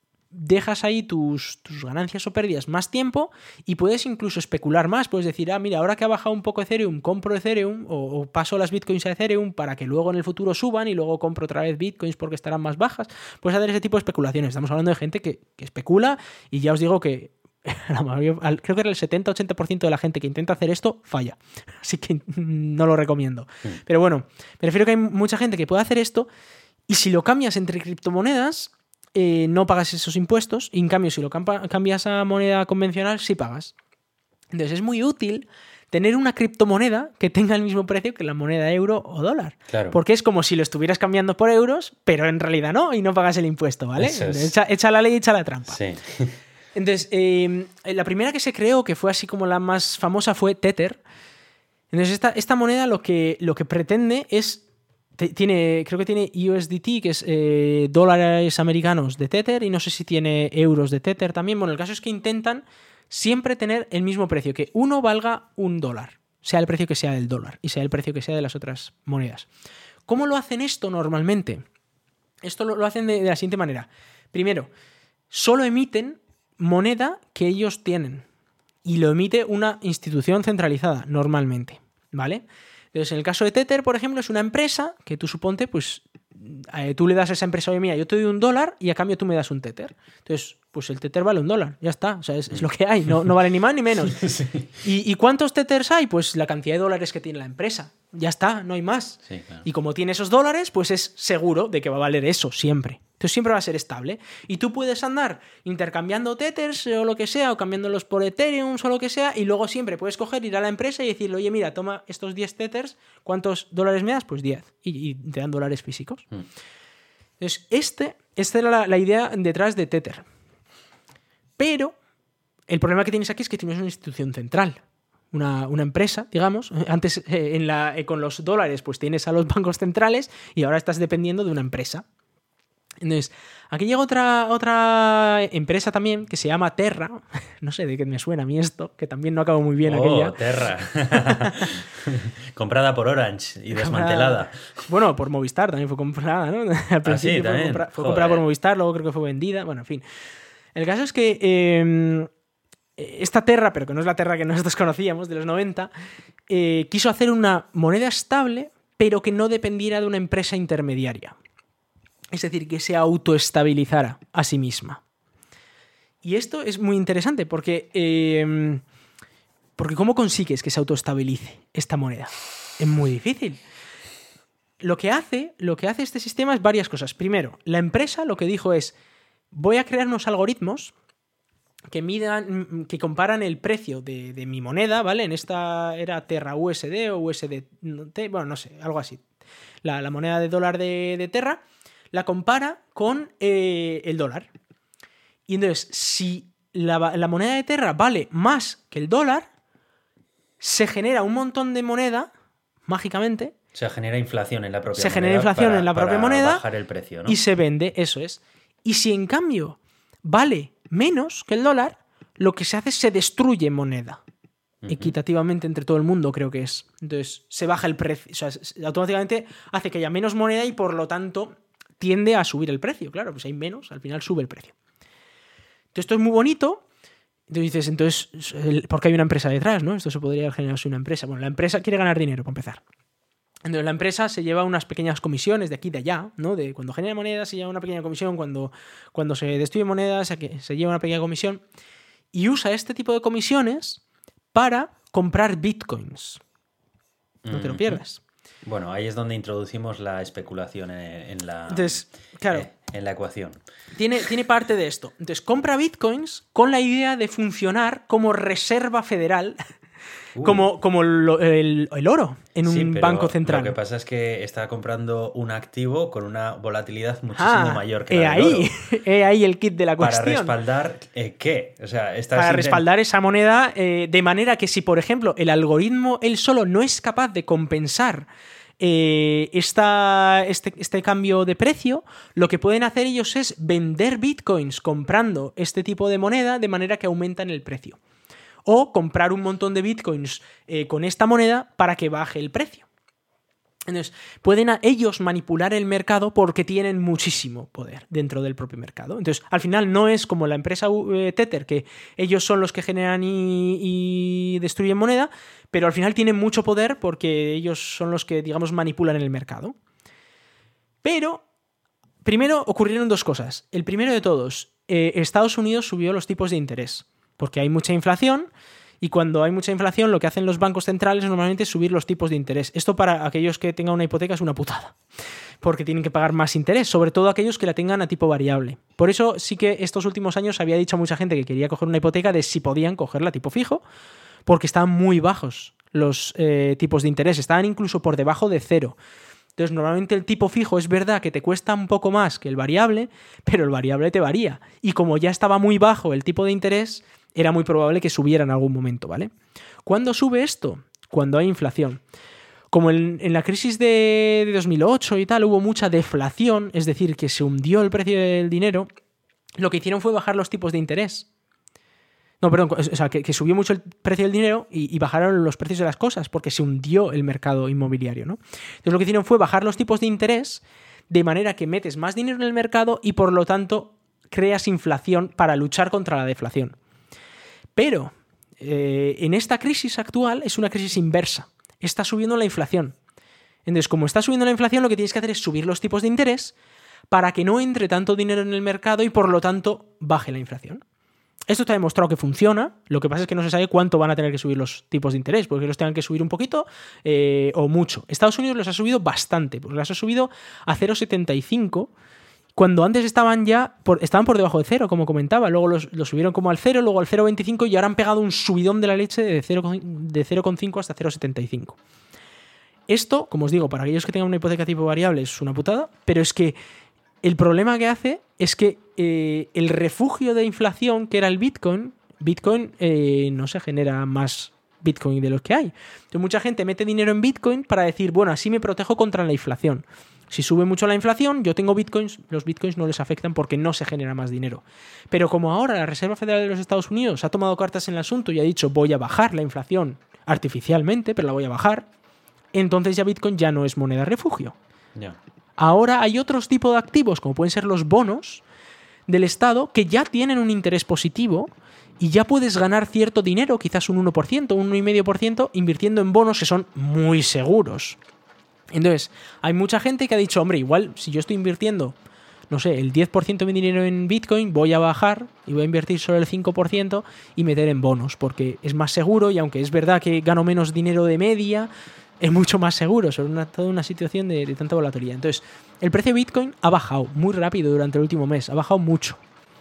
dejas ahí tus, tus ganancias o pérdidas más tiempo y puedes incluso especular más. Puedes decir, ah, mira, ahora que ha bajado un poco Ethereum, compro Ethereum o, o paso las bitcoins a Ethereum para que luego en el futuro suban y luego compro otra vez bitcoins porque estarán más bajas. Puedes hacer ese tipo de especulaciones. Estamos hablando de gente que, que especula y ya os digo que la mayoría, creo que era el setenta a ochenta por ciento de la gente que intenta hacer esto falla. Así que no lo recomiendo. Mm. Pero bueno, me refiero que hay mucha gente que puede hacer esto y si lo cambias entre criptomonedas, eh, no pagas esos impuestos. Y en cambio, si lo cambias a moneda convencional, sí pagas. Entonces es muy útil tener una criptomoneda que tenga el mismo precio que la moneda euro o dólar. Claro. Porque es como si lo estuvieras cambiando por euros, pero en realidad no, y no pagas el impuesto, ¿vale? Eso es. Echa, echa la ley, echa la trampa. Sí. Entonces, eh, la primera que se creó, que fue así como la más famosa, fue Tether. Entonces, esta, esta moneda lo que, lo que pretende es... Te, tiene, creo que tiene U S D T, que es eh, dólares americanos de Tether, y no sé si tiene euros de Tether también. Bueno, el caso es que intentan siempre tener el mismo precio, que uno valga un dólar, sea el precio que sea del dólar y sea el precio que sea de las otras monedas. ¿Cómo lo hacen esto normalmente? Esto lo, lo hacen de, de la siguiente manera. Primero, solo emiten moneda que ellos tienen y lo emite una institución centralizada normalmente, ¿vale? Entonces, en el caso de Tether, por ejemplo, es una empresa que tú suponte, pues eh, tú le das a esa empresa, oye, mira, yo te doy un dólar y a cambio tú me das un Tether. Entonces, pues el Tether vale un dólar, ya está, o sea, es, es lo que hay, no, no vale ni más ni menos. Sí. ¿Y, ¿Y cuántos Tethers hay? Pues la cantidad de dólares que tiene la empresa, ya está, no hay más. Sí, claro. Y como tiene esos dólares, pues es seguro de que va a valer eso siempre. Entonces siempre va a ser estable. Y tú puedes andar intercambiando Tethers o lo que sea, o cambiándolos por Ethereum o lo que sea, y luego siempre puedes coger, ir a la empresa y decirle, oye, mira, toma estos diez Tethers, ¿cuántos dólares me das? Pues diez. Y, y te dan dólares físicos. Mm. Entonces, este, esta era la, la idea detrás de Tether. Pero el problema que tienes aquí es que tienes una institución central. Una, una empresa, digamos. Antes eh, en la, eh, con los dólares pues tienes a los bancos centrales y ahora estás dependiendo de una empresa. Entonces, aquí llega otra, otra empresa también que se llama Terra. No sé de qué me suena a mí esto, que también no acabo muy bien oh, aquella. Terra. Comprada por Orange y desmantelada. Bueno, por Movistar también fue comprada, ¿no? Al principio ah, sí, fue, compra, fue comprada por Movistar, luego creo que fue vendida. Bueno, en fin. El caso es que eh, esta Terra, pero que no es la Terra que nosotros conocíamos de los noventa, eh, quiso hacer una moneda estable, pero que no dependiera de una empresa intermediaria. Es decir, que se autoestabilizara a sí misma. Y esto es muy interesante porque, eh, porque ¿cómo consigues que se autoestabilice esta moneda? Es muy difícil. Lo que hace, lo que hace este sistema es varias cosas. Primero, la empresa lo que dijo es, voy a crear unos algoritmos que midan, que comparan el precio de, de mi moneda, ¿vale? En esta era Terra U S D o U S D T, bueno, no sé, algo así. La, la moneda de dólar de, de Terra la compara con eh, el dólar. Y entonces, si la, la moneda de Terra vale más que el dólar, se genera un montón de moneda, mágicamente. Se genera inflación en la propia se moneda. Se genera inflación para, en la propia para moneda. Bajar el precio, ¿no? Y se vende, eso es. Y si en cambio vale menos que el dólar, lo que se hace es se destruye moneda. Uh-huh. Equitativamente entre todo el mundo, creo que es. Entonces, se baja el precio. O sea, automáticamente hace que haya menos moneda y por lo tanto tiende a subir el precio. Claro, pues hay menos, al final sube el precio. Entonces, esto es muy bonito. Entonces dices, entonces, ¿por qué hay una empresa detrás, no? Esto se podría generarse una empresa. Bueno, la empresa quiere ganar dinero, para empezar. Entonces, la empresa se lleva unas pequeñas comisiones de aquí y de allá, ¿no? De cuando genera moneda se lleva una pequeña comisión, cuando, cuando se destruye moneda se, se lleva una pequeña comisión, y usa este tipo de comisiones para comprar bitcoins. No te lo pierdas. Bueno, ahí es donde introducimos la especulación en, en la, Entonces, claro, eh, en la ecuación. Tiene, tiene parte de esto. Entonces, compra bitcoins con la idea de funcionar como reserva federal, uh. como, como lo, el, el oro en un sí, pero banco central. Lo que pasa es que está comprando un activo con una volatilidad muchísimo ah, mayor que he la del ahí, oro. He ahí el kit de la cuestión. ¿Para respaldar eh, qué? O sea, estás Para intent- respaldar esa moneda eh, de manera que si, por ejemplo, el algoritmo él solo no es capaz de compensar eh, esta, este, este cambio de precio, lo que pueden hacer ellos es vender bitcoins comprando este tipo de moneda de manera que aumentan el precio. O comprar un montón de bitcoins eh, con esta moneda para que baje el precio. Entonces, pueden a ellos manipular el mercado porque tienen muchísimo poder dentro del propio mercado. Entonces, al final no es como la empresa eh, Tether, que ellos son los que generan y, y destruyen moneda, pero al final tienen mucho poder porque ellos son los que, digamos, manipulan el mercado. Pero, primero ocurrieron dos cosas. El primero de todos, eh, Estados Unidos subió los tipos de interés porque hay mucha inflación. Y cuando hay mucha inflación, lo que hacen los bancos centrales normalmente es subir los tipos de interés. Esto para aquellos que tengan una hipoteca es una putada, porque tienen que pagar más interés, sobre todo aquellos que la tengan a tipo variable. Por eso sí que estos últimos años había dicho a mucha gente que quería coger una hipoteca de si podían cogerla a tipo fijo, porque estaban muy bajos los eh, tipos de interés, estaban incluso por debajo de cero. Entonces, normalmente el tipo fijo es verdad que te cuesta un poco más que el variable, pero el variable te varía. Y como ya estaba muy bajo el tipo de interés, era muy probable que subiera en algún momento, ¿vale? ¿Cuándo sube esto? Cuando hay inflación. Como en, en la crisis de, de dos mil ocho y tal hubo mucha deflación, es decir, que se hundió el precio del dinero, lo que hicieron fue bajar los tipos de interés. No, perdón, o sea, que, que subió mucho el precio del dinero y, y bajaron los precios de las cosas porque se hundió el mercado inmobiliario, ¿no? Entonces lo que hicieron fue bajar los tipos de interés de manera que metes más dinero en el mercado y por lo tanto creas inflación para luchar contra la deflación. Pero eh, en esta crisis actual es una crisis inversa. Está subiendo la inflación. Entonces, como está subiendo la inflación, lo que tienes que hacer es subir los tipos de interés para que no entre tanto dinero en el mercado y por lo tanto baje la inflación. Esto está demostrado que funciona. Lo que pasa es que no se sabe cuánto van a tener que subir los tipos de interés, porque los tengan que subir un poquito eh, o mucho. Estados Unidos los ha subido bastante, porque los ha subido a cero coma setenta y cinco. Cuando antes estaban ya por, estaban por debajo de cero, como comentaba. Luego los, los subieron como al cero, luego al cero coma veinticinco y ahora han pegado un subidón de la leche de cero coma cinco hasta cero coma setenta y cinco. Esto, como os digo, para aquellos que tengan una hipoteca tipo variable es una putada, pero es que el problema que hace es que eh, el refugio de inflación, que era el Bitcoin, Bitcoin eh, no se genera más Bitcoin de los que hay. Entonces mucha gente mete dinero en Bitcoin para decir, bueno, así me protejo contra la inflación. Si sube mucho la inflación, yo tengo bitcoins, los bitcoins no les afectan porque no se genera más dinero. Pero como ahora la Reserva Federal de los Estados Unidos ha tomado cartas en el asunto y ha dicho voy a bajar la inflación artificialmente, pero la voy a bajar, entonces ya Bitcoin ya no es moneda refugio. Yeah. Ahora hay otros tipos de activos, como pueden ser los bonos del Estado, que ya tienen un interés positivo y ya puedes ganar cierto dinero, quizás un uno por ciento, un uno coma cinco por ciento, invirtiendo en bonos que son muy seguros. Entonces, hay mucha gente que ha dicho, hombre, igual si yo estoy invirtiendo, no sé, el diez por ciento de mi dinero en Bitcoin, voy a bajar y voy a invertir solo el cinco por ciento y meter en bonos, porque es más seguro y aunque es verdad que gano menos dinero de media, es mucho más seguro sobre una, toda una situación de, de tanta volatilidad. Entonces, el precio de Bitcoin ha bajado muy rápido durante el último mes, ha bajado mucho.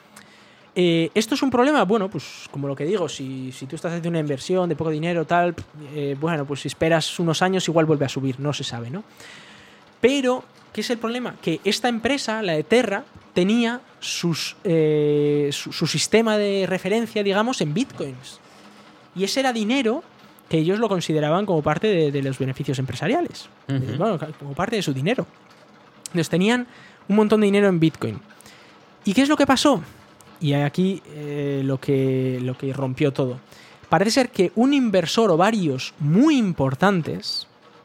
Eh, ¿Esto es un problema? Bueno, pues como lo que digo, si, si tú estás haciendo una inversión de poco dinero, tal, eh, bueno, pues si esperas unos años igual vuelve a subir, no se sabe, ¿no? Pero, ¿qué es el problema? Que esta empresa, la de Terra, tenía sus, eh, su, su sistema de referencia, digamos, en Bitcoins. Y ese era dinero que ellos lo consideraban como parte de, de los beneficios empresariales, uh-huh. Bueno, como parte de su dinero. Entonces tenían un montón de dinero en Bitcoin. ¿Y qué es lo que pasó? Y aquí eh, lo, que, lo que rompió todo. Parece ser que un inversor o varios muy importantes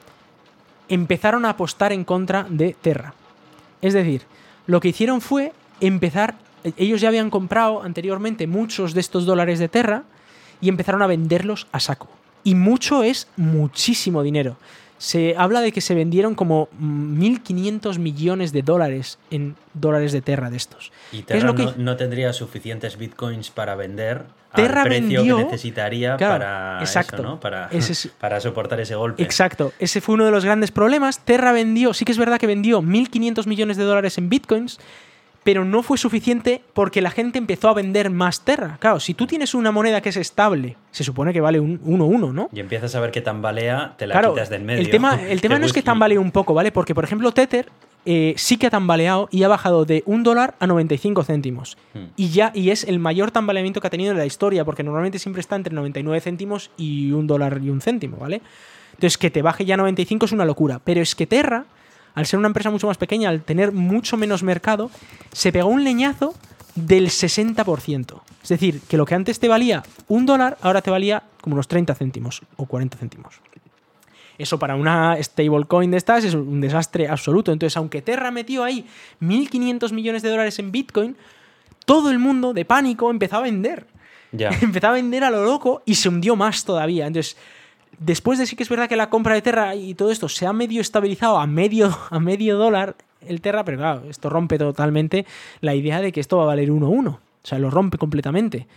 empezaron a apostar en contra de Terra. Es decir, lo que hicieron fue empezar... Ellos ya habían comprado anteriormente muchos de estos dólares de Terra y empezaron a venderlos a saco. Y mucho es muchísimo dinero. se habla de que se vendieron como mil quinientos millones de dólares en dólares de Terra de estos. Y Terra es lo no, que... no tendría suficientes bitcoins para vender Terra al precio vendió... que necesitaría claro, para exacto, eso, ¿no? Para, es... para soportar ese golpe. Exacto, ese fue uno de los grandes problemas. Terra vendió, sí que es verdad que vendió mil quinientos millones de dólares en bitcoins, pero no fue suficiente porque la gente empezó a vender más Terra. Claro, si tú tienes una moneda que es estable, se supone que vale un uno uno, ¿no? Y empiezas a ver que tambalea, te la claro, quitas del medio. El tema, el tema no es que tambalee un poco, ¿vale? Porque, por ejemplo, Tether eh, sí que ha tambaleado y ha bajado de un dólar a noventa y cinco céntimos. Hmm. Y ya y es el mayor tambaleamiento que ha tenido en la historia, porque normalmente siempre está entre noventa y nueve céntimos y un dólar y un céntimo, ¿vale? Entonces, que te baje ya a noventa y cinco es una locura. Pero es que Terra, al ser una empresa mucho más pequeña, al tener mucho menos mercado, se pegó un leñazo del sesenta por ciento. Es decir, que lo que antes te valía un dólar, ahora te valía como unos treinta céntimos o cuarenta céntimos. Eso para una stablecoin de estas es un desastre absoluto. Entonces, aunque Terra metió ahí mil quinientos millones de dólares en Bitcoin, todo el mundo de pánico empezó a vender. Ya. Empezó a vender a lo loco y se hundió más todavía. Entonces, después de sí que es verdad que la compra de Terra y todo esto se ha medio estabilizado a medio, a medio dólar el Terra, pero claro, esto rompe totalmente la idea de que esto va a valer uno uno. O sea, lo rompe completamente.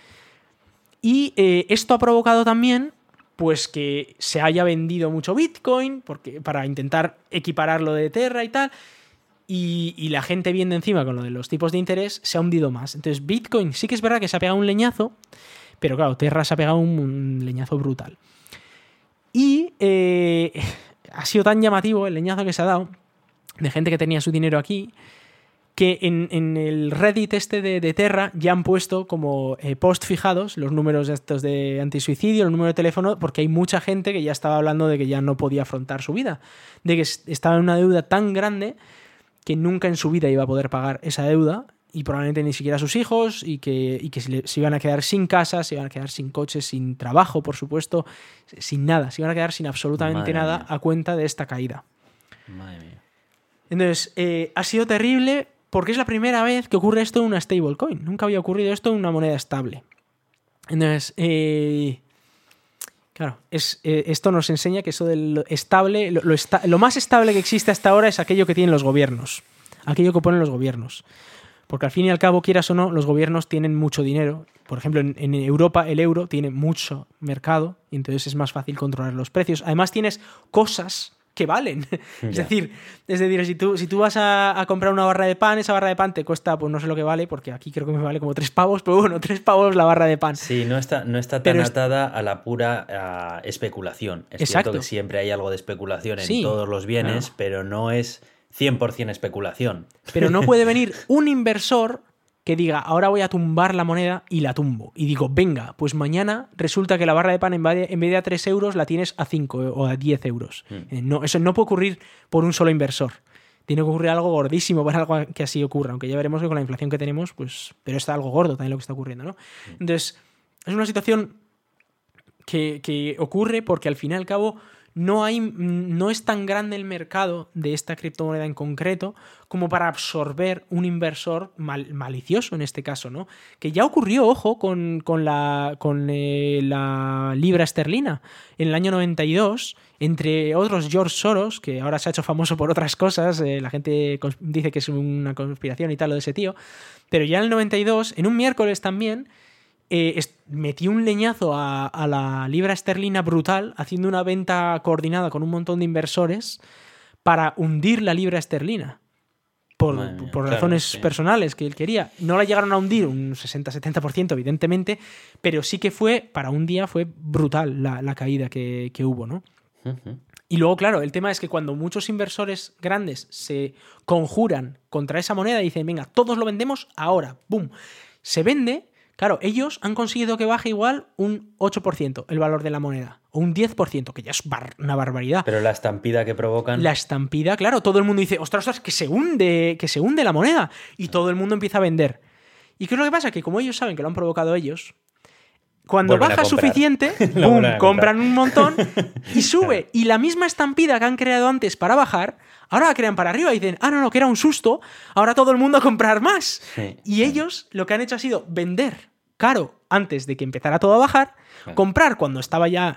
Y eh, esto ha provocado también pues que se haya vendido mucho Bitcoin porque, para intentar equiparar lo de Terra y tal. Y, y la gente viendo encima con lo de los tipos de interés se ha hundido más. Entonces Bitcoin sí que es verdad que se ha pegado un leñazo, pero claro, Terra se ha pegado un, un leñazo brutal. Y eh, ha sido tan llamativo el leñazo que se ha dado de gente que tenía su dinero aquí, que en, en el Reddit este de, de Terra ya han puesto como eh, post fijados los números estos de antisuicidio, el número de teléfono, porque hay mucha gente que ya estaba hablando de que ya no podía afrontar su vida, de que estaba en una deuda tan grande que nunca en su vida iba a poder pagar esa deuda, y probablemente ni siquiera sus hijos, y que, y que se, le, se iban a quedar sin casa, se iban a quedar sin coches, sin trabajo, por supuesto, sin nada, se iban a quedar sin absolutamente Madre nada mía. A cuenta de esta caída. Madre mía. Entonces, eh, ha sido terrible porque es la primera vez que ocurre esto en una stablecoin. Nunca había ocurrido esto en una moneda estable. Entonces, eh, claro, es, eh, esto nos enseña que eso del estable, lo, lo, esta, lo más estable que existe hasta ahora es aquello que tienen los gobiernos, aquello que ponen los gobiernos. Porque al fin y al cabo, quieras o no, los gobiernos tienen mucho dinero. Por ejemplo, en, en Europa el euro tiene mucho mercado y entonces es más fácil controlar los precios. Además tienes cosas que valen. Yeah. Es decir, es decir, si tú, si tú vas a, a comprar una barra de pan, esa barra de pan te cuesta, pues no sé lo que vale, porque aquí creo que me vale como tres pavos, pero bueno, tres pavos la barra de pan. Sí, no está, no está tan pero atada es... a la pura a especulación. Es Exacto. cierto que siempre hay algo de especulación en sí, todos los bienes, claro. pero no es cien por ciento especulación. Pero no puede venir un inversor que diga, ahora voy a tumbar la moneda y la tumbo. Y digo, venga, pues mañana resulta que la barra de pan en vez de, en vez de a tres euros la tienes a cinco o a diez euros. Mm. Eh, no, eso no puede ocurrir por un solo inversor. Tiene que ocurrir algo gordísimo para algo que así ocurra. Aunque ya veremos que con la inflación que tenemos, pues, pero está algo gordo también lo que está ocurriendo, ¿no? Mm. Entonces, es una situación que, que ocurre porque al fin y al cabo no hay, no es tan grande el mercado de esta criptomoneda en concreto como para absorber un inversor mal, malicioso en este caso, ¿no? Que ya ocurrió, ojo, con, con, la, con eh, la libra esterlina en el año noventa y dos, entre otros George Soros, que ahora se ha hecho famoso por otras cosas, eh, la gente dice que es una conspiración y tal lo de ese tío, pero ya en el noventa y dos, en un miércoles también, Eh, metió un leñazo a, a la libra esterlina brutal, haciendo una venta coordinada con un montón de inversores para hundir la libra esterlina por, mía, por razones claro, sí. personales que él quería. No la llegaron a hundir un sesenta a setenta por ciento evidentemente, pero sí que fue, para un día fue brutal la, la caída que, que hubo, ¿no? Uh-huh. Y luego, claro, el tema es que cuando muchos inversores grandes se conjuran contra esa moneda y dicen, venga, todos lo vendemos ahora, ¡boom! Se vende. Claro, ellos han conseguido que baje igual un ocho por ciento el valor de la moneda, o un diez por ciento, que ya es bar- una barbaridad. Pero la estampida que provocan... La estampida, claro, todo el mundo dice, ostras, ostras, que se hunde, que se hunde la moneda, y todo el mundo empieza a vender. ¿Y qué es lo que pasa? Que como ellos saben que lo han provocado ellos, cuando Vuelven baja suficiente, ¡pum!, compran un montón y sube. Y la misma estampida que han creado antes para bajar, ahora la crean para arriba y dicen, ah, no, no, que era un susto, ahora todo el mundo a comprar más. Sí, y sí. ellos lo que han hecho ha sido vender caro antes de que empezara todo a bajar, sí. comprar cuando estaba ya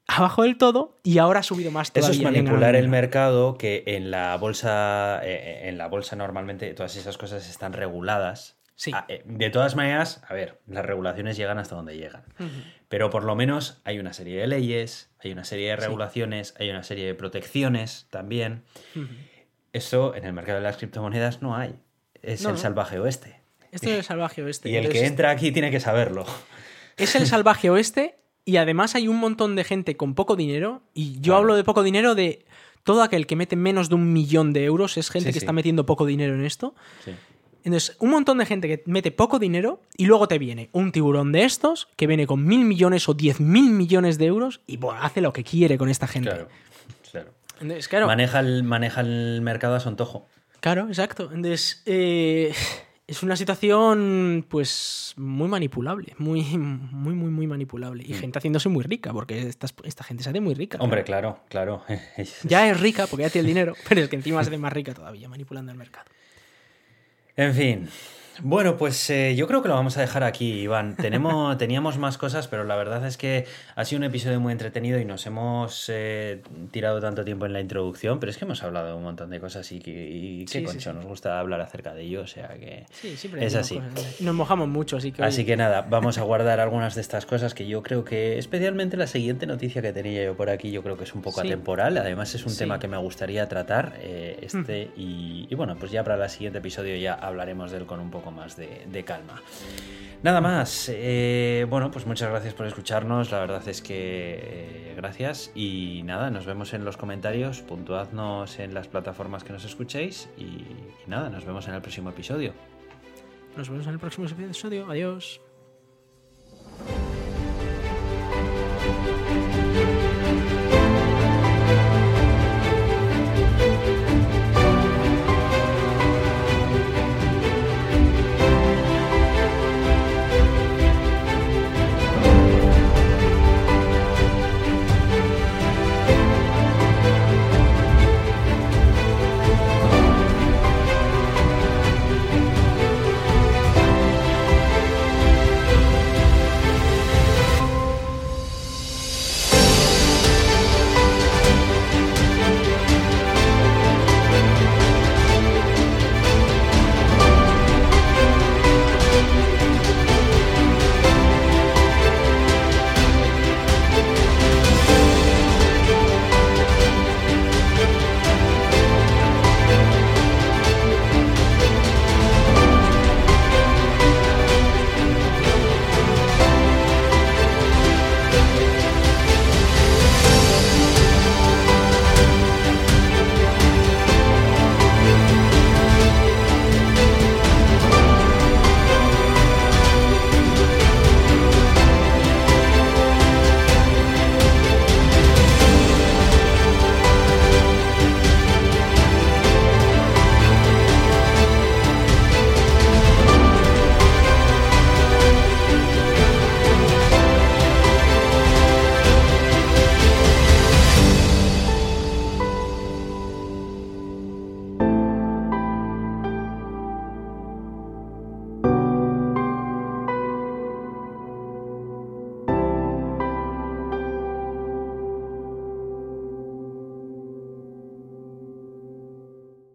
abajo del todo y ahora ha subido más todavía. Eso es manipular el mercado, que en la bolsa, eh, en la bolsa normalmente todas esas cosas están reguladas. Sí. De todas maneras, a ver, las regulaciones llegan hasta donde llegan. Uh-huh. Pero por lo menos hay una serie de leyes, hay una serie de regulaciones, sí. hay una serie de protecciones también. Uh-huh. Eso en el mercado de las criptomonedas no hay. Es no, el no. salvaje oeste. Esto es el salvaje oeste. Y el Entonces, que entra aquí tiene que saberlo. Es el salvaje oeste y además hay un montón de gente con poco dinero. Y yo claro. hablo de poco dinero de todo aquel que mete menos de un millón de euros. Es gente sí, que sí. está metiendo poco dinero en esto. Sí. Entonces, un montón de gente que mete poco dinero y luego te viene un tiburón de estos que viene con mil millones o diez mil millones de euros y bueno, hace lo que quiere con esta gente. Claro, claro. Entonces, claro. Maneja el, maneja el mercado a su antojo. Claro, exacto. Entonces, eh, es una situación pues muy manipulable, muy, muy, muy, muy manipulable. Y mm. gente haciéndose muy rica, porque esta, esta gente se hace muy rica. Hombre, claro, claro. Ya es rica porque ya tiene el dinero, pero es que encima se hace más rica todavía manipulando el mercado. En fin, bueno, pues eh, yo creo que lo vamos a dejar aquí, Iván. Tenemos, teníamos más cosas, pero la verdad es que ha sido un episodio muy entretenido y nos hemos eh, tirado tanto tiempo en la introducción, pero es que hemos hablado de un montón de cosas y, y, y qué sí, concho, sí, sí. nos gusta hablar acerca de ello, o sea que sí, siempre es así. Cosas. Nos mojamos mucho, así que... Así que nada, vamos a guardar algunas de estas cosas que yo creo que, especialmente la siguiente noticia que tenía yo por aquí, yo creo que es un poco sí. atemporal, además es un sí. tema que me gustaría tratar, eh, este, mm. y, y bueno, pues ya para el siguiente episodio ya hablaremos de él con un poco más de, de calma. Nada más, eh, bueno, pues muchas gracias por escucharnos, la verdad es que eh, gracias y nada, nos vemos en los comentarios, puntuadnos en las plataformas que nos escuchéis y, y nada, nos vemos en el próximo episodio. Nos vemos en el próximo episodio, adiós.